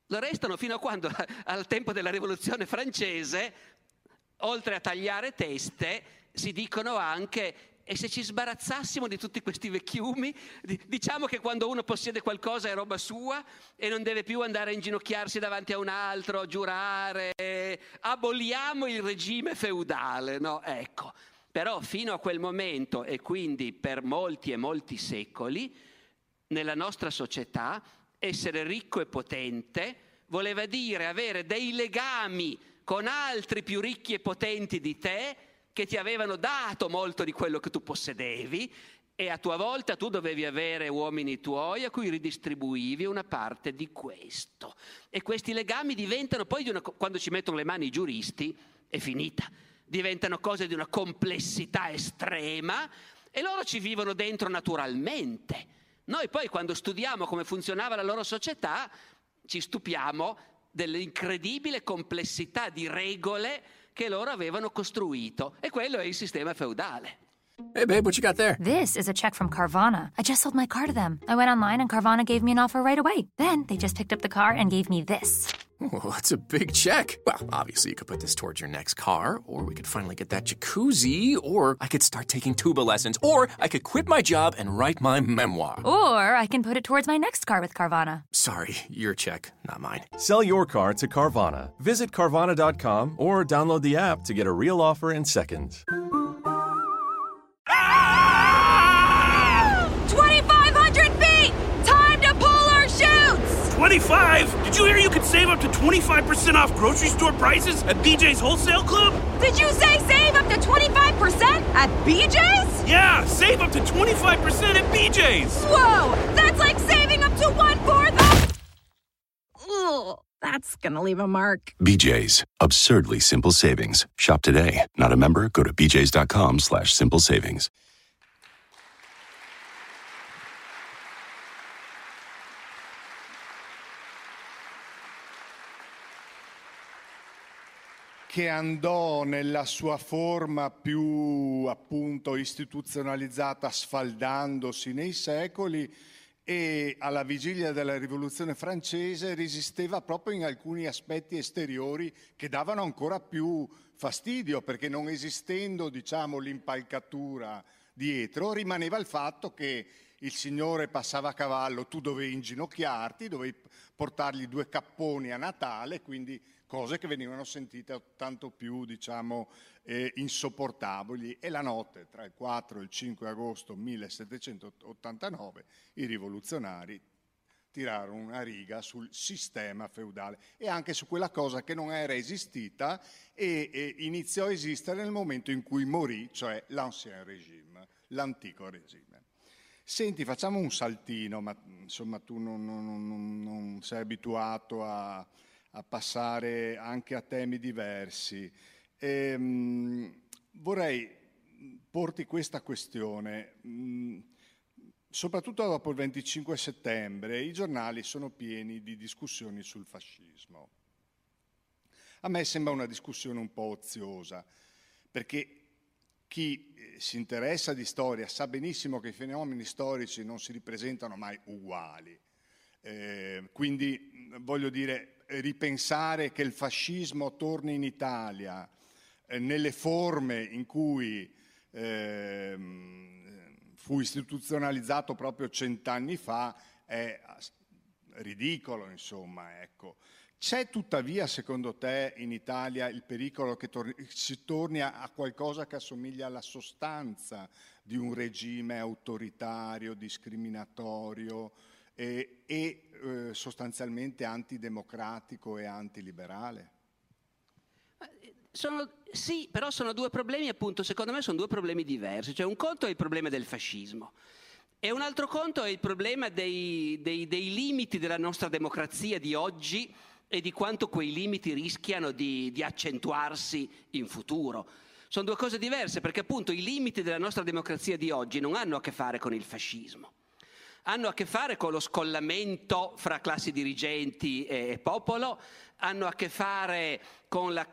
Lo restano fino a quando, al tempo della Rivoluzione francese, oltre a tagliare teste, si dicono anche: e se ci sbarazzassimo di tutti questi vecchiumi? Diciamo che quando uno possiede qualcosa è roba sua e non deve più andare a inginocchiarsi davanti a un altro, giurare, aboliamo il regime feudale, no? Ecco. Però fino a quel momento, e quindi per molti e molti secoli, nella nostra società essere ricco e potente voleva dire avere dei legami con altri più ricchi e potenti di te, che ti avevano dato molto di quello che tu possedevi, e a tua volta tu dovevi avere uomini tuoi a cui ridistribuivi una parte di questo. E questi legami diventano poi, di una, quando ci mettono le mani i giuristi, è finita. Diventano cose di una complessità estrema e loro ci vivono dentro naturalmente. Noi poi, quando studiamo come funzionava la loro società, ci stupiamo dell'incredibile complessità di regole che loro avevano costruito, e quello è il sistema feudale. Hey babe, what you got there? This is a check from Carvana. I just sold my car to them. I went online and Carvana gave me an offer right away. Then they just picked up the car and gave me this. Oh, that's a big check. Well, obviously you could put this towards your next car, or we could finally get that jacuzzi, or I could start taking tuba lessons, or I could quit my job and write my memoir. Or I can put it towards my next car with Carvana. Sorry, your check, not mine. Sell your car to Carvana. Visit Carvana dot com or download the app to get a real offer in seconds. twenty-five hundred feet! Time to pull our chutes! twenty-five? Did you hear you could save up to twenty-five percent off grocery store prices at B J's Wholesale Club? Did you say save up to twenty-five percent at B J's? Yeah, save up to twenty-five percent at B J's! Whoa! That's like saving up to one-fourth of... Ugh, that's gonna leave a mark. B J's. Absurdly simple savings. Shop today. Not a member? Go to B J's dot com slash simple savings. Che andò nella sua forma più appunto istituzionalizzata, sfaldandosi nei secoli, e alla vigilia della Rivoluzione francese resisteva proprio in alcuni aspetti esteriori che davano ancora più fastidio, perché non esistendo, diciamo, l'impalcatura dietro, rimaneva il fatto che il signore passava a cavallo, tu dovevi inginocchiarti, dovevi portargli due capponi a Natale, quindi cose che venivano sentite tanto più, diciamo, eh, insopportabili. E la notte tra il quattro e il cinque agosto millesettecentottantanove i rivoluzionari tirarono una riga sul sistema feudale e anche su quella cosa che non era esistita e, e iniziò a esistere nel momento in cui morì, cioè l'ancien régime, l'antico regime. Senti, facciamo un saltino, ma insomma tu non, non, non, non sei abituato a... a passare anche a temi diversi. Ehm, vorrei porti questa questione. Mh, soprattutto dopo il venticinque settembre i giornali sono pieni di discussioni sul fascismo. A me sembra una discussione un po' oziosa, perché chi si interessa di storia sa benissimo che i fenomeni storici non si ripresentano mai uguali. Eh, quindi voglio dire, ripensare che il fascismo torni in Italia eh, nelle forme in cui eh, fu istituzionalizzato proprio cent'anni fa è ridicolo, insomma, ecco. C'è tuttavia, secondo te, in Italia il pericolo che tor- si torni a, a qualcosa che assomiglia alla sostanza di un regime autoritario, discriminatorio e, e eh, sostanzialmente antidemocratico e antiliberale? Sono, sì, però sono due problemi, appunto, secondo me sono due problemi diversi. Cioè, un conto è il problema del fascismo e un altro conto è il problema dei, dei, dei limiti della nostra democrazia di oggi e di quanto quei limiti rischiano di, di accentuarsi in futuro. Sono due cose diverse, perché appunto i limiti della nostra democrazia di oggi non hanno a che fare con il fascismo. Hanno a che fare con lo scollamento fra classi dirigenti e popolo, hanno a che fare con la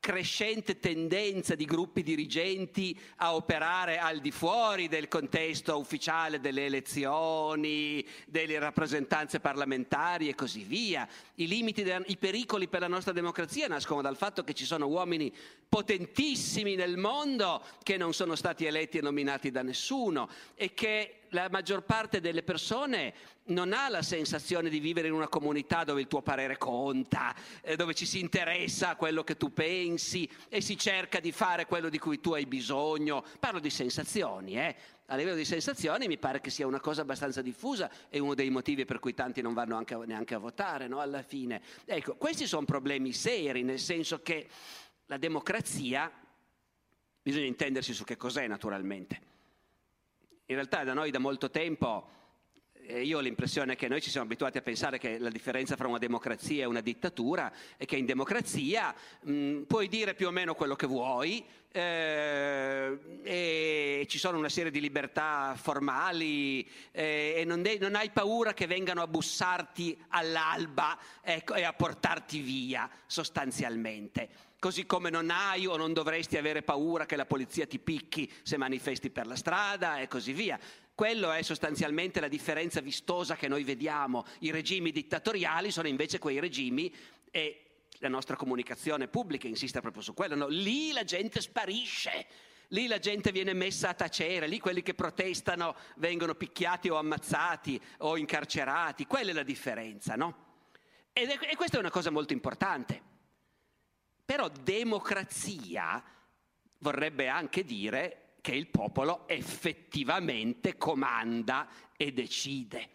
crescente tendenza di gruppi dirigenti a operare al di fuori del contesto ufficiale delle elezioni, delle rappresentanze parlamentari e così via. I limiti, de- i pericoli per la nostra democrazia nascono dal fatto che ci sono uomini potentissimi nel mondo che non sono stati eletti e nominati da nessuno e che la maggior parte delle persone non ha la sensazione di vivere in una comunità dove il tuo parere conta, eh, dove ci si interessa a quello che tu pensi e si cerca di fare quello di cui tu hai bisogno. Parlo di sensazioni, eh. A livello di sensazioni mi pare che sia una cosa abbastanza diffusa e uno dei motivi per cui tanti non vanno anche, neanche a votare, no? Alla fine. Ecco, questi sono problemi seri, nel senso che la democrazia, bisogna intendersi su che cos'è naturalmente. In realtà da noi da molto tempo, eh, io ho l'impressione che noi ci siamo abituati a pensare che la differenza fra una democrazia e una dittatura è che in democrazia mh, puoi dire più o meno quello che vuoi eh, e ci sono una serie di libertà formali eh, e non, de- non hai paura che vengano a bussarti all'alba ecco, e a portarti via sostanzialmente. Così come non hai o non dovresti avere paura che la polizia ti picchi se manifesti per la strada e così via. Quello è sostanzialmente la differenza vistosa che noi vediamo. I regimi dittatoriali sono invece quei regimi e la nostra comunicazione pubblica insiste proprio su quello. No? Lì la gente sparisce, lì la gente viene messa a tacere, lì quelli che protestano vengono picchiati o ammazzati o incarcerati. Quella è la differenza, no? Ed è, e questa è una cosa molto importante. Però democrazia vorrebbe anche dire che il popolo effettivamente comanda e decide.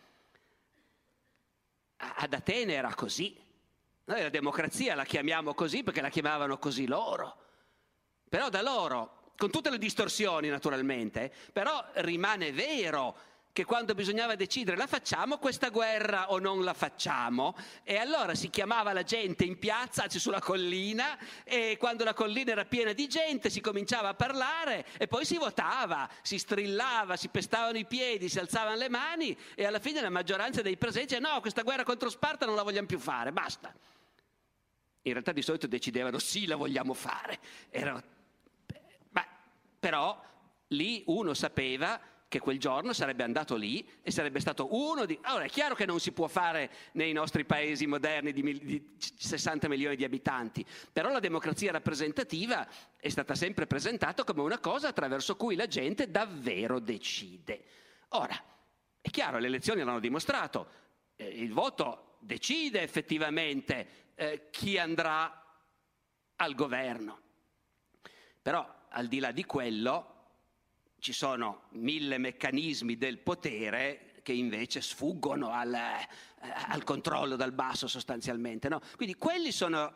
Ad Atene era così. Noi la democrazia la chiamiamo così perché la chiamavano così loro. Però da loro, con tutte le distorsioni naturalmente, però rimane vero che quando bisognava decidere la facciamo questa guerra o non la facciamo, e allora si chiamava la gente in piazza, anzi sulla collina, e quando la collina era piena di gente si cominciava a parlare e poi si votava, si strillava, si pestavano i piedi, si alzavano le mani e alla fine la maggioranza dei presenti diceva no, questa guerra contro Sparta non la vogliamo più fare, basta. In realtà di solito decidevano sì, la vogliamo fare. Era... Ma, però lì uno sapeva che quel giorno sarebbe andato lì e sarebbe stato uno di... Allora è chiaro che non si può fare nei nostri paesi moderni di, mil... di sessanta milioni di abitanti, però la democrazia rappresentativa è stata sempre presentata come una cosa attraverso cui la gente davvero decide. Ora, è chiaro, le elezioni l'hanno dimostrato, eh, il voto decide effettivamente eh, chi andrà al governo, però al di là di quello ci sono mille meccanismi del potere che invece sfuggono al, eh, al controllo dal basso sostanzialmente, no? Quindi quelli sono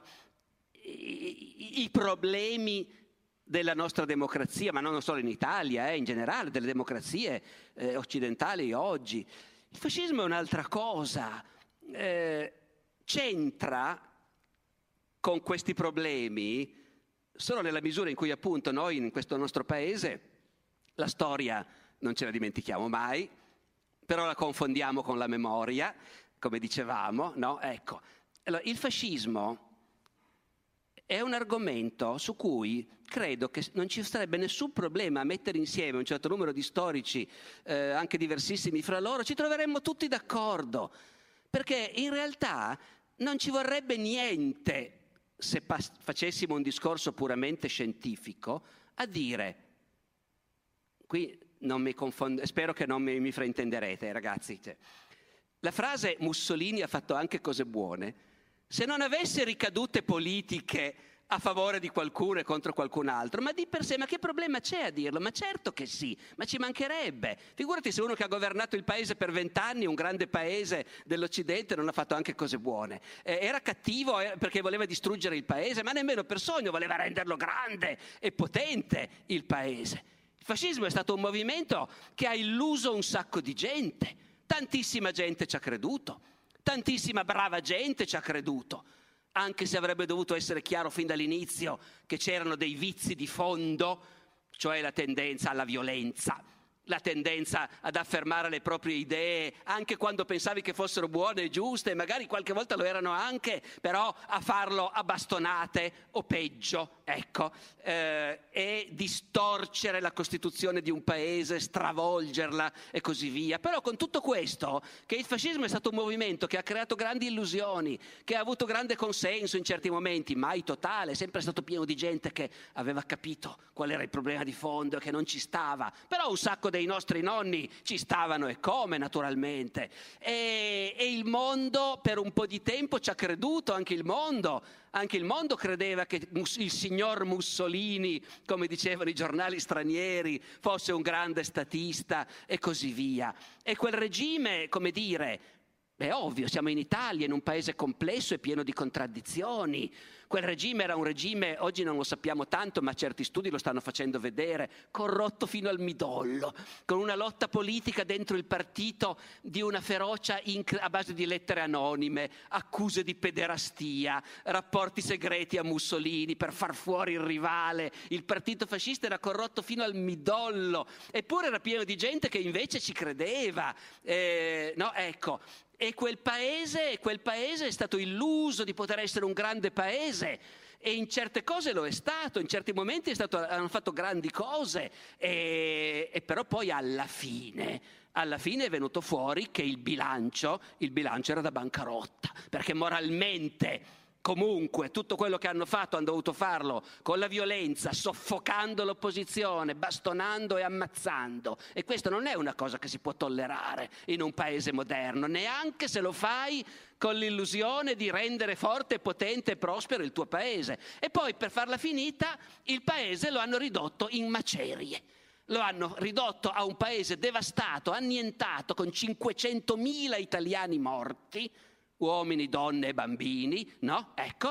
i, i problemi della nostra democrazia, ma non solo in Italia, eh, in generale, delle democrazie eh, occidentali oggi. Il fascismo è un'altra cosa, eh, c'entra con questi problemi solo nella misura in cui appunto noi in questo nostro paese la storia non ce la dimentichiamo mai, però la confondiamo con la memoria, come dicevamo, no? Ecco, allora, il fascismo è un argomento su cui credo che non ci sarebbe nessun problema a mettere insieme un certo numero di storici, eh, anche diversissimi fra loro, ci troveremmo tutti d'accordo, perché in realtà non ci vorrebbe niente, se pas- facessimo un discorso puramente scientifico, a dire... Qui non mi confondo, spero che non mi, mi fraintenderete, ragazzi. Cioè, la frase Mussolini ha fatto anche cose buone. Se non avesse ricadute politiche a favore di qualcuno e contro qualcun altro, ma di per sé, ma che problema c'è a dirlo? Ma certo che sì, ma ci mancherebbe. Figurati se uno che ha governato il paese per vent'anni, un grande paese dell'Occidente, non ha fatto anche cose buone. Eh, era cattivo perché voleva distruggere il paese, ma nemmeno per sogno voleva renderlo grande e potente il paese. Il fascismo è stato un movimento che ha illuso un sacco di gente, tantissima gente ci ha creduto, tantissima brava gente ci ha creduto, anche se avrebbe dovuto essere chiaro fin dall'inizio che c'erano dei vizi di fondo, cioè la tendenza alla violenza, la tendenza ad affermare le proprie idee, anche quando pensavi che fossero buone e giuste, magari qualche volta lo erano anche, però a farlo a bastonate o peggio, ecco, eh, e distorcere la Costituzione di un paese, stravolgerla e così via. Però con tutto questo, che il fascismo è stato un movimento che ha creato grandi illusioni, che ha avuto grande consenso in certi momenti, mai totale, è sempre stato pieno di gente che aveva capito qual era il problema di fondo e che non ci stava, però un sacco dei nostri nonni ci stavano, e come, naturalmente, e, e il mondo per un po' di tempo ci ha creduto, anche il mondo anche il mondo credeva che il signor Mussolini, come dicevano i giornali stranieri, fosse un grande statista e così via. E quel regime, come dire, è ovvio, siamo in Italia, in un paese complesso e pieno di contraddizioni. Quel regime era un regime, oggi non lo sappiamo tanto, ma certi studi lo stanno facendo vedere, corrotto fino al midollo, con una lotta politica dentro il partito di una ferocia inc- a base di lettere anonime, accuse di pederastia, rapporti segreti a Mussolini per far fuori il rivale. Il partito fascista era corrotto fino al midollo, eppure era pieno di gente che invece ci credeva. Eh, no, ecco. E quel paese, quel paese è stato illuso di poter essere un grande paese, e in certe cose lo è stato, in certi momenti è stato, hanno fatto grandi cose, e, e però poi alla fine, alla fine è venuto fuori che il bilancio, il bilancio era da bancarotta, perché moralmente comunque tutto quello che hanno fatto hanno dovuto farlo con la violenza, soffocando l'opposizione, bastonando e ammazzando, e questo non è una cosa che si può tollerare in un paese moderno, neanche se lo fai con l'illusione di rendere forte, potente e prospero il tuo paese. E poi, per farla finita, il paese lo hanno ridotto in macerie. Lo hanno ridotto a un paese devastato, annientato, con cinquecentomila italiani morti, uomini, donne e bambini, no? Ecco,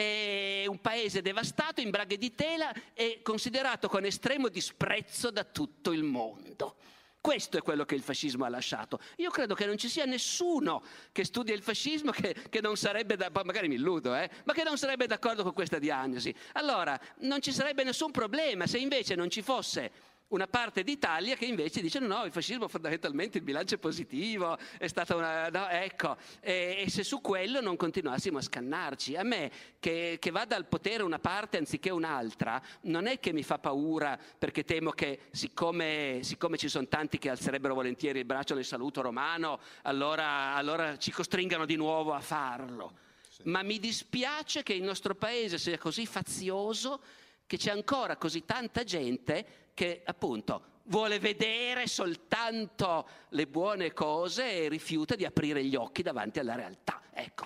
è un paese devastato, in braghe di tela e considerato con estremo disprezzo da tutto il mondo. Questo è quello che il fascismo ha lasciato. Io credo che non ci sia nessuno che studia il fascismo che, che non sarebbe, da, magari mi illudo, eh, ma che non sarebbe d'accordo con questa diagnosi. Allora, non ci sarebbe nessun problema se invece non ci fosse una parte d'Italia che invece dice no, no, il fascismo fondamentalmente il bilancio è positivo, è stata una... no, ecco, e, e se su quello non continuassimo a scannarci. A me che, che vada al potere una parte anziché un'altra non è che mi fa paura, perché temo che siccome, siccome ci sono tanti che alzerebbero volentieri il braccio nel saluto romano, allora, allora ci costringano di nuovo a farlo. Sì. Ma mi dispiace che il nostro paese sia così fazioso, che c'è ancora così tanta gente che appunto vuole vedere soltanto le buone cose e rifiuta di aprire gli occhi davanti alla realtà. Ecco.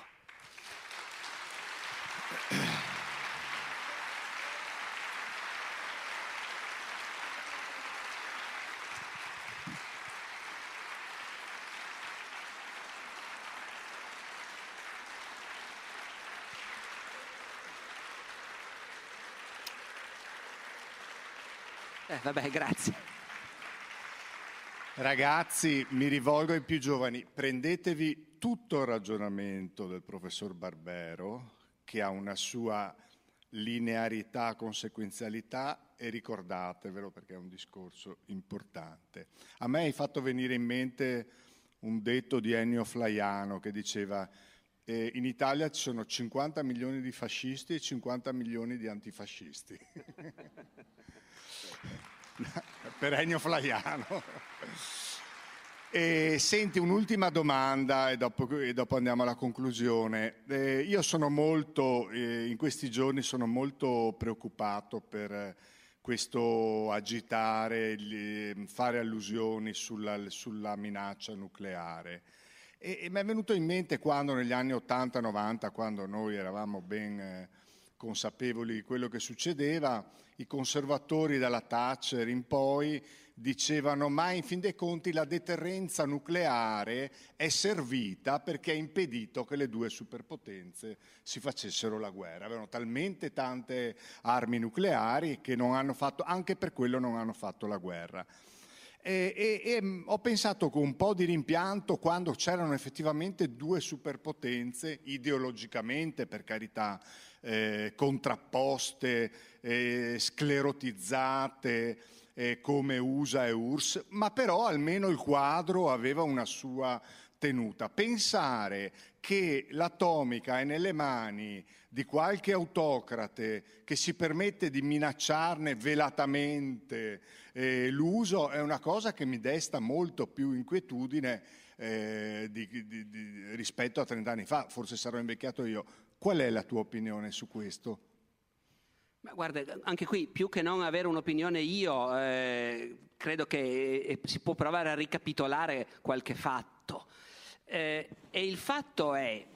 Eh, vabbè, grazie. Ragazzi, mi rivolgo ai più giovani, prendetevi tutto il ragionamento del professor Barbero, che ha una sua linearità, conseguenzialità, e ricordatevelo perché è un discorso importante. A me hai fatto venire in mente un detto di Ennio Flaiano che diceva eh, in Italia ci sono cinquanta milioni di fascisti e cinquanta milioni di antifascisti. Per Ennio Flaiano. E senti, un'ultima domanda e dopo, e dopo andiamo alla conclusione. Eh, io sono molto, eh, in questi giorni sono molto preoccupato per questo agitare, gli, fare allusioni sulla, sulla minaccia nucleare. E, e mi è venuto in mente quando negli anni ottanta novanta, quando noi eravamo ben eh, consapevoli di quello che succedeva, i conservatori dalla Thatcher in poi dicevano ma in fin dei conti la deterrenza nucleare è servita perché ha impedito che le due superpotenze si facessero la guerra. Avevano talmente tante armi nucleari che non hanno fatto, anche per quello non hanno fatto la guerra. E, e, e ho pensato con un po' di rimpianto quando c'erano effettivamente due superpotenze ideologicamente, per carità, eh, contrapposte, eh, sclerotizzate, eh, come U S A e U R S S, ma però almeno il quadro aveva una sua tenuta. Pensare che l'atomica è nelle mani di qualche autocrate che si permette di minacciarne velatamente eh, l'uso è una cosa che mi desta molto più inquietudine eh, di, di, di, rispetto a trent'anni fa. Forse sarò invecchiato io. Qual è la tua opinione su questo? Ma guarda, anche qui, più che non avere un'opinione io, eh, credo che eh, si può provare a ricapitolare qualche fatto. Eh, e il fatto è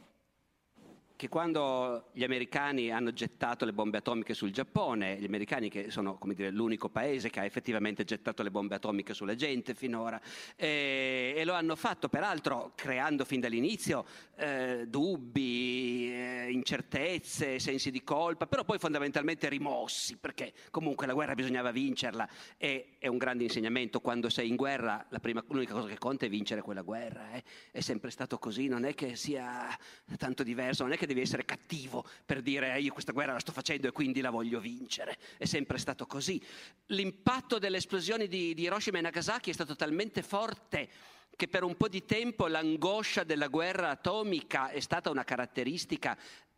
che quando gli americani hanno gettato le bombe atomiche sul Giappone, gli americani che sono, come dire, l'unico paese che ha effettivamente gettato le bombe atomiche sulla gente finora, eh, e lo hanno fatto peraltro creando fin dall'inizio eh, dubbi, eh, incertezze, sensi di colpa, però poi fondamentalmente rimossi, perché comunque la guerra bisognava vincerla, e è un grande insegnamento: quando sei in guerra la prima, l'unica cosa che conta è vincere quella guerra, eh. È sempre stato così, non è che sia tanto diverso, non è che devi essere cattivo per dire eh, io questa guerra la sto facendo e quindi la voglio vincere, è sempre stato così. L'impatto delle esplosioni di, di Hiroshima e Nagasaki è stato talmente forte che per un po' di tempo l'angoscia della guerra atomica è stata una caratteristica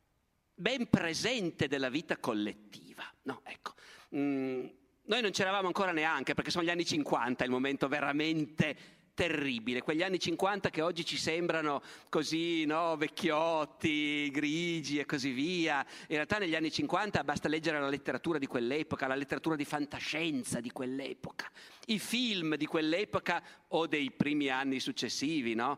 ben presente della vita collettiva. No, ecco. Mm, noi non c'eravamo ancora neanche, perché sono gli anni cinquanta, il momento veramente terribile, quegli anni cinquanta che oggi ci sembrano così, no, vecchiotti, grigi e così via. In realtà negli anni cinquanta basta leggere la letteratura di quell'epoca, la letteratura di fantascienza di quell'epoca, i film di quell'epoca o dei primi anni successivi, no?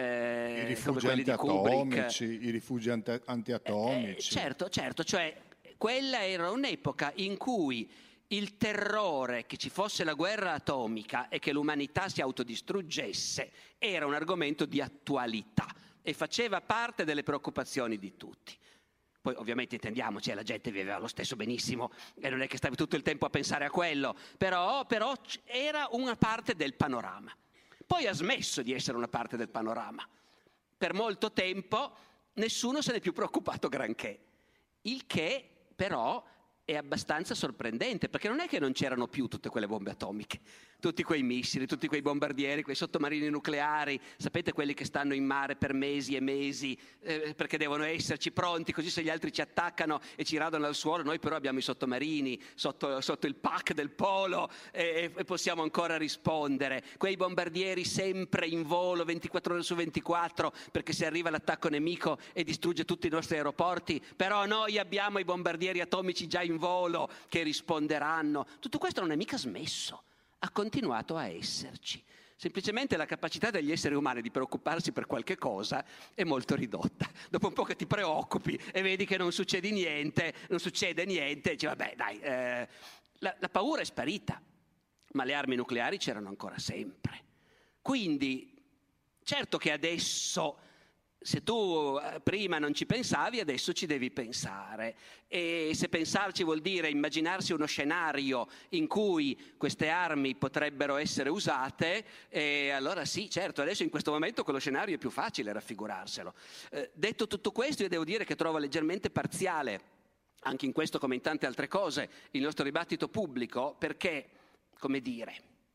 Eh, I rifugi antiatomici, i rifugi anti- antiatomici. Eh, certo, certo, cioè quella era un'epoca in cui il terrore che ci fosse la guerra atomica e che l'umanità si autodistruggesse era un argomento di attualità e faceva parte delle preoccupazioni di tutti. Poi ovviamente intendiamoci, la gente viveva lo stesso benissimo e non è che stavi tutto il tempo a pensare a quello, però, però era una parte del panorama. Poi ha smesso di essere una parte del panorama. Per molto tempo nessuno se n'è più preoccupato granché, il che però è abbastanza sorprendente, perché non è che non c'erano più tutte quelle bombe atomiche, tutti quei missili, tutti quei bombardieri, quei sottomarini nucleari, sapete, quelli che stanno in mare per mesi e mesi eh, perché devono esserci pronti, così se gli altri ci attaccano e ci radono al suolo, noi però abbiamo i sottomarini sotto, sotto il pack del polo e, e possiamo ancora rispondere. Quei bombardieri sempre in volo ventiquattro ore su ventiquattro, perché se arriva l'attacco nemico e distrugge tutti i nostri aeroporti, però noi abbiamo i bombardieri atomici già in volo che risponderanno. Tutto questo non è mica smesso, ha continuato a esserci. Semplicemente la capacità degli esseri umani di preoccuparsi per qualche cosa è molto ridotta. Dopo un po' che ti preoccupi e vedi che non succede niente, non succede niente, dici vabbè dai, eh, la, la paura è sparita, ma le armi nucleari c'erano ancora sempre. Quindi, certo che adesso, se tu prima non ci pensavi, adesso ci devi pensare. E se pensarci vuol dire immaginarsi uno scenario in cui queste armi potrebbero essere usate, eh, allora sì, certo, adesso in questo momento quello scenario è più facile raffigurarselo. Eh, detto tutto questo, io devo dire che trovo leggermente parziale, anche in questo come in tante altre cose, il nostro dibattito pubblico, perché, come dire,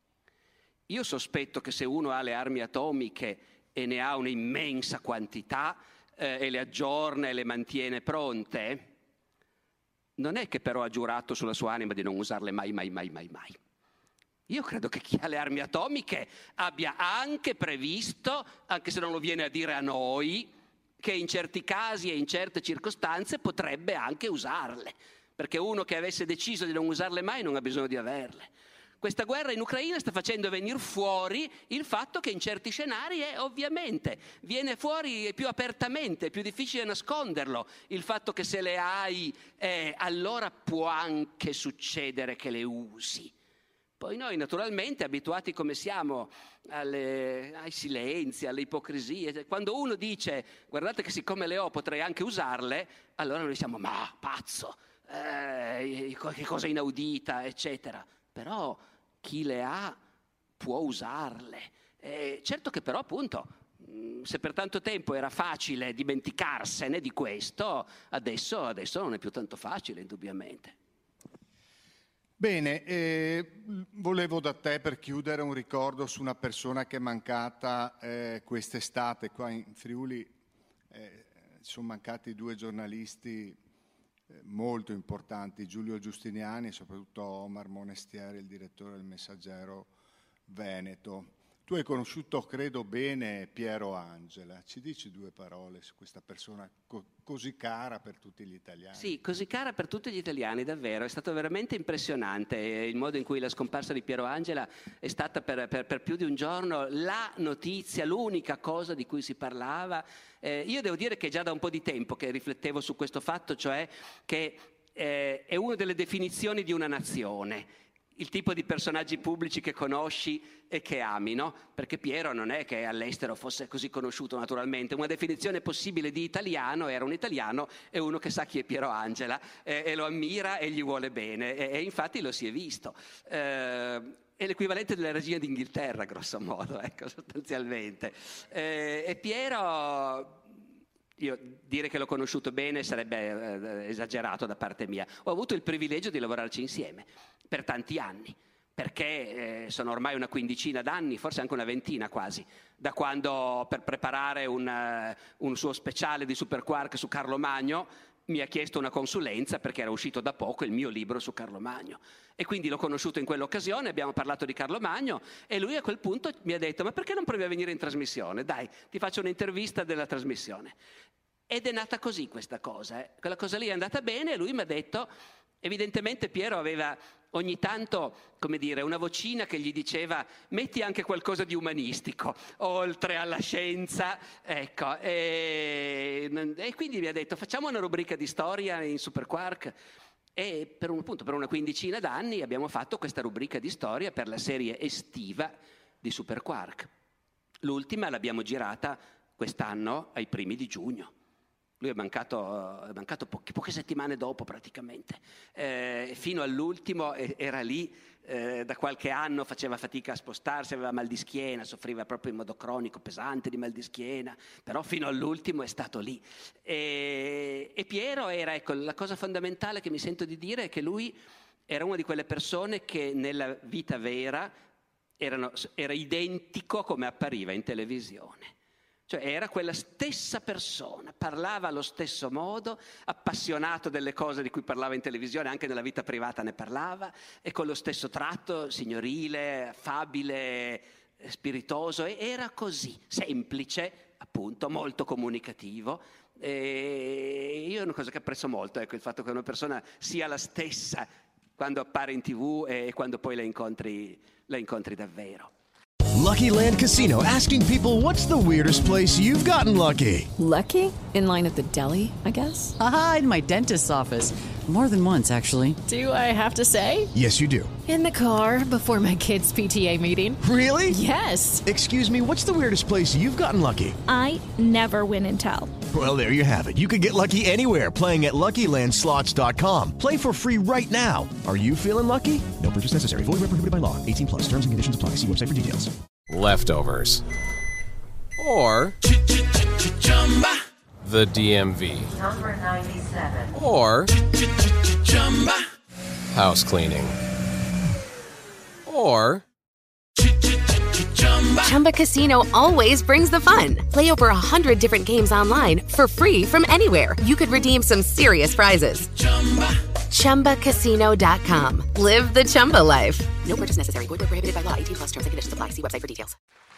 io sospetto che se uno ha le armi atomiche e ne ha un'immensa quantità eh, e le aggiorna e le mantiene pronte, non è che però ha giurato sulla sua anima di non usarle mai, mai, mai, mai, mai. Io credo che chi ha le armi atomiche abbia anche previsto, anche se non lo viene a dire a noi, che in certi casi e in certe circostanze potrebbe anche usarle, perché uno che avesse deciso di non usarle mai non ha bisogno di averle. Questa guerra in Ucraina sta facendo venire fuori il fatto che in certi scenari è ovviamente, viene fuori più apertamente, è più difficile nasconderlo, il fatto che se le hai eh, allora può anche succedere che le usi. Poi noi naturalmente, abituati come siamo alle, ai silenzi, alle ipocrisie, quando uno dice guardate che siccome le ho potrei anche usarle, allora noi diciamo ma pazzo, eh, che cosa inaudita, eccetera. Però chi le ha può usarle. Eh, certo che però appunto, se per tanto tempo era facile dimenticarsene di questo, adesso, adesso non è più tanto facile, indubbiamente. Bene, eh, volevo da te per chiudere un ricordo su una persona che è mancata eh, quest'estate. Qua in Friuli eh, sono mancati due giornalisti eh, molto importanti, Giulio Giustiniani e soprattutto Omar Monestieri, il direttore del Messaggero Veneto. Tu hai conosciuto, credo, bene Piero Angela. Ci dici due parole su questa persona co- così cara per tutti gli italiani? Sì, così cara per tutti gli italiani, davvero. È stato veramente impressionante il modo in cui la scomparsa di Piero Angela è stata per, per, per più di un giorno la notizia, l'unica cosa di cui si parlava. Eh, io devo dire che già da un po' di tempo che riflettevo su questo fatto, cioè che eh, è una delle definizioni di una nazione. Il tipo di personaggi pubblici che conosci e che ami, no? Perché Piero non è che all'estero fosse così conosciuto naturalmente. Una definizione possibile di italiano era un italiano e uno che sa chi è Piero Angela e, e lo ammira e gli vuole bene e, e infatti lo si è visto. Eh, è l'equivalente della regina d'Inghilterra, grosso modo, ecco, sostanzialmente. Eh, e Piero... Io dire che l'ho conosciuto bene sarebbe eh, esagerato da parte mia. Ho avuto il privilegio di lavorarci insieme per tanti anni, perché eh, sono ormai una quindicina d'anni, forse anche una ventina quasi, da quando per preparare un, uh, un suo speciale di Super Quark su Carlo Magno mi ha chiesto una consulenza perché era uscito da poco il mio libro su Carlo Magno. E quindi l'ho conosciuto in quell'occasione, abbiamo parlato di Carlo Magno e lui a quel punto mi ha detto: ma perché non provi a venire in trasmissione? Dai, ti faccio un'intervista della trasmissione. Ed è nata così questa cosa, eh. Quella cosa lì è andata bene e lui mi ha detto, evidentemente Piero aveva ogni tanto, come dire, una vocina che gli diceva metti anche qualcosa di umanistico, oltre alla scienza, ecco. E, e quindi mi ha detto facciamo una rubrica di storia in Super Quark. E per un, appunto, per una quindicina d'anni abbiamo fatto questa rubrica di storia per la serie estiva di Super Quark. L'ultima l'abbiamo girata quest'anno ai primi di giugno. Lui è mancato, è mancato poche, poche settimane dopo praticamente. Eh, fino all'ultimo era lì, eh, da qualche anno faceva fatica a spostarsi, aveva mal di schiena, soffriva proprio in modo cronico, pesante di mal di schiena, però fino all'ultimo è stato lì. E, e Piero era, ecco, la cosa fondamentale che mi sento di dire è che lui era una di quelle persone che nella vita vera erano, era identico come appariva in televisione. Cioè era quella stessa persona, parlava allo stesso modo, appassionato delle cose di cui parlava in televisione, anche nella vita privata ne parlava, e con lo stesso tratto signorile, affabile, spiritoso, e era così, semplice, appunto, molto comunicativo. E io è una cosa che apprezzo molto, ecco, il fatto che una persona sia la stessa quando appare in tivù e quando poi la incontri, la incontri davvero. Lucky Land Casino, asking people, what's the weirdest place you've gotten lucky? Lucky? In line at the deli, I guess? Aha, in my dentist's office. More than once, actually. Do I have to say? Yes, you do. In the car before my kids' P T A meeting. Really? Yes. Excuse me, what's the weirdest place you've gotten lucky? I never win and tell. Well, there you have it. You can get lucky anywhere, playing at Lucky Land Slots dot com. Play for free right now. Are you feeling lucky? No purchase necessary. Void where prohibited by law. eighteen plus. Terms and conditions apply. See website for details. Leftovers. Or the D M V. Number ninety-seven. Or house cleaning. Or Chumba Casino always brings the fun. Play over a hundred different games online for free from anywhere. You could redeem some serious prizes. Chumba Casino dot com. Live the Chumba life. No purchase necessary. Void where prohibited by law. eighteen plus. Terms and conditions apply. See website for details.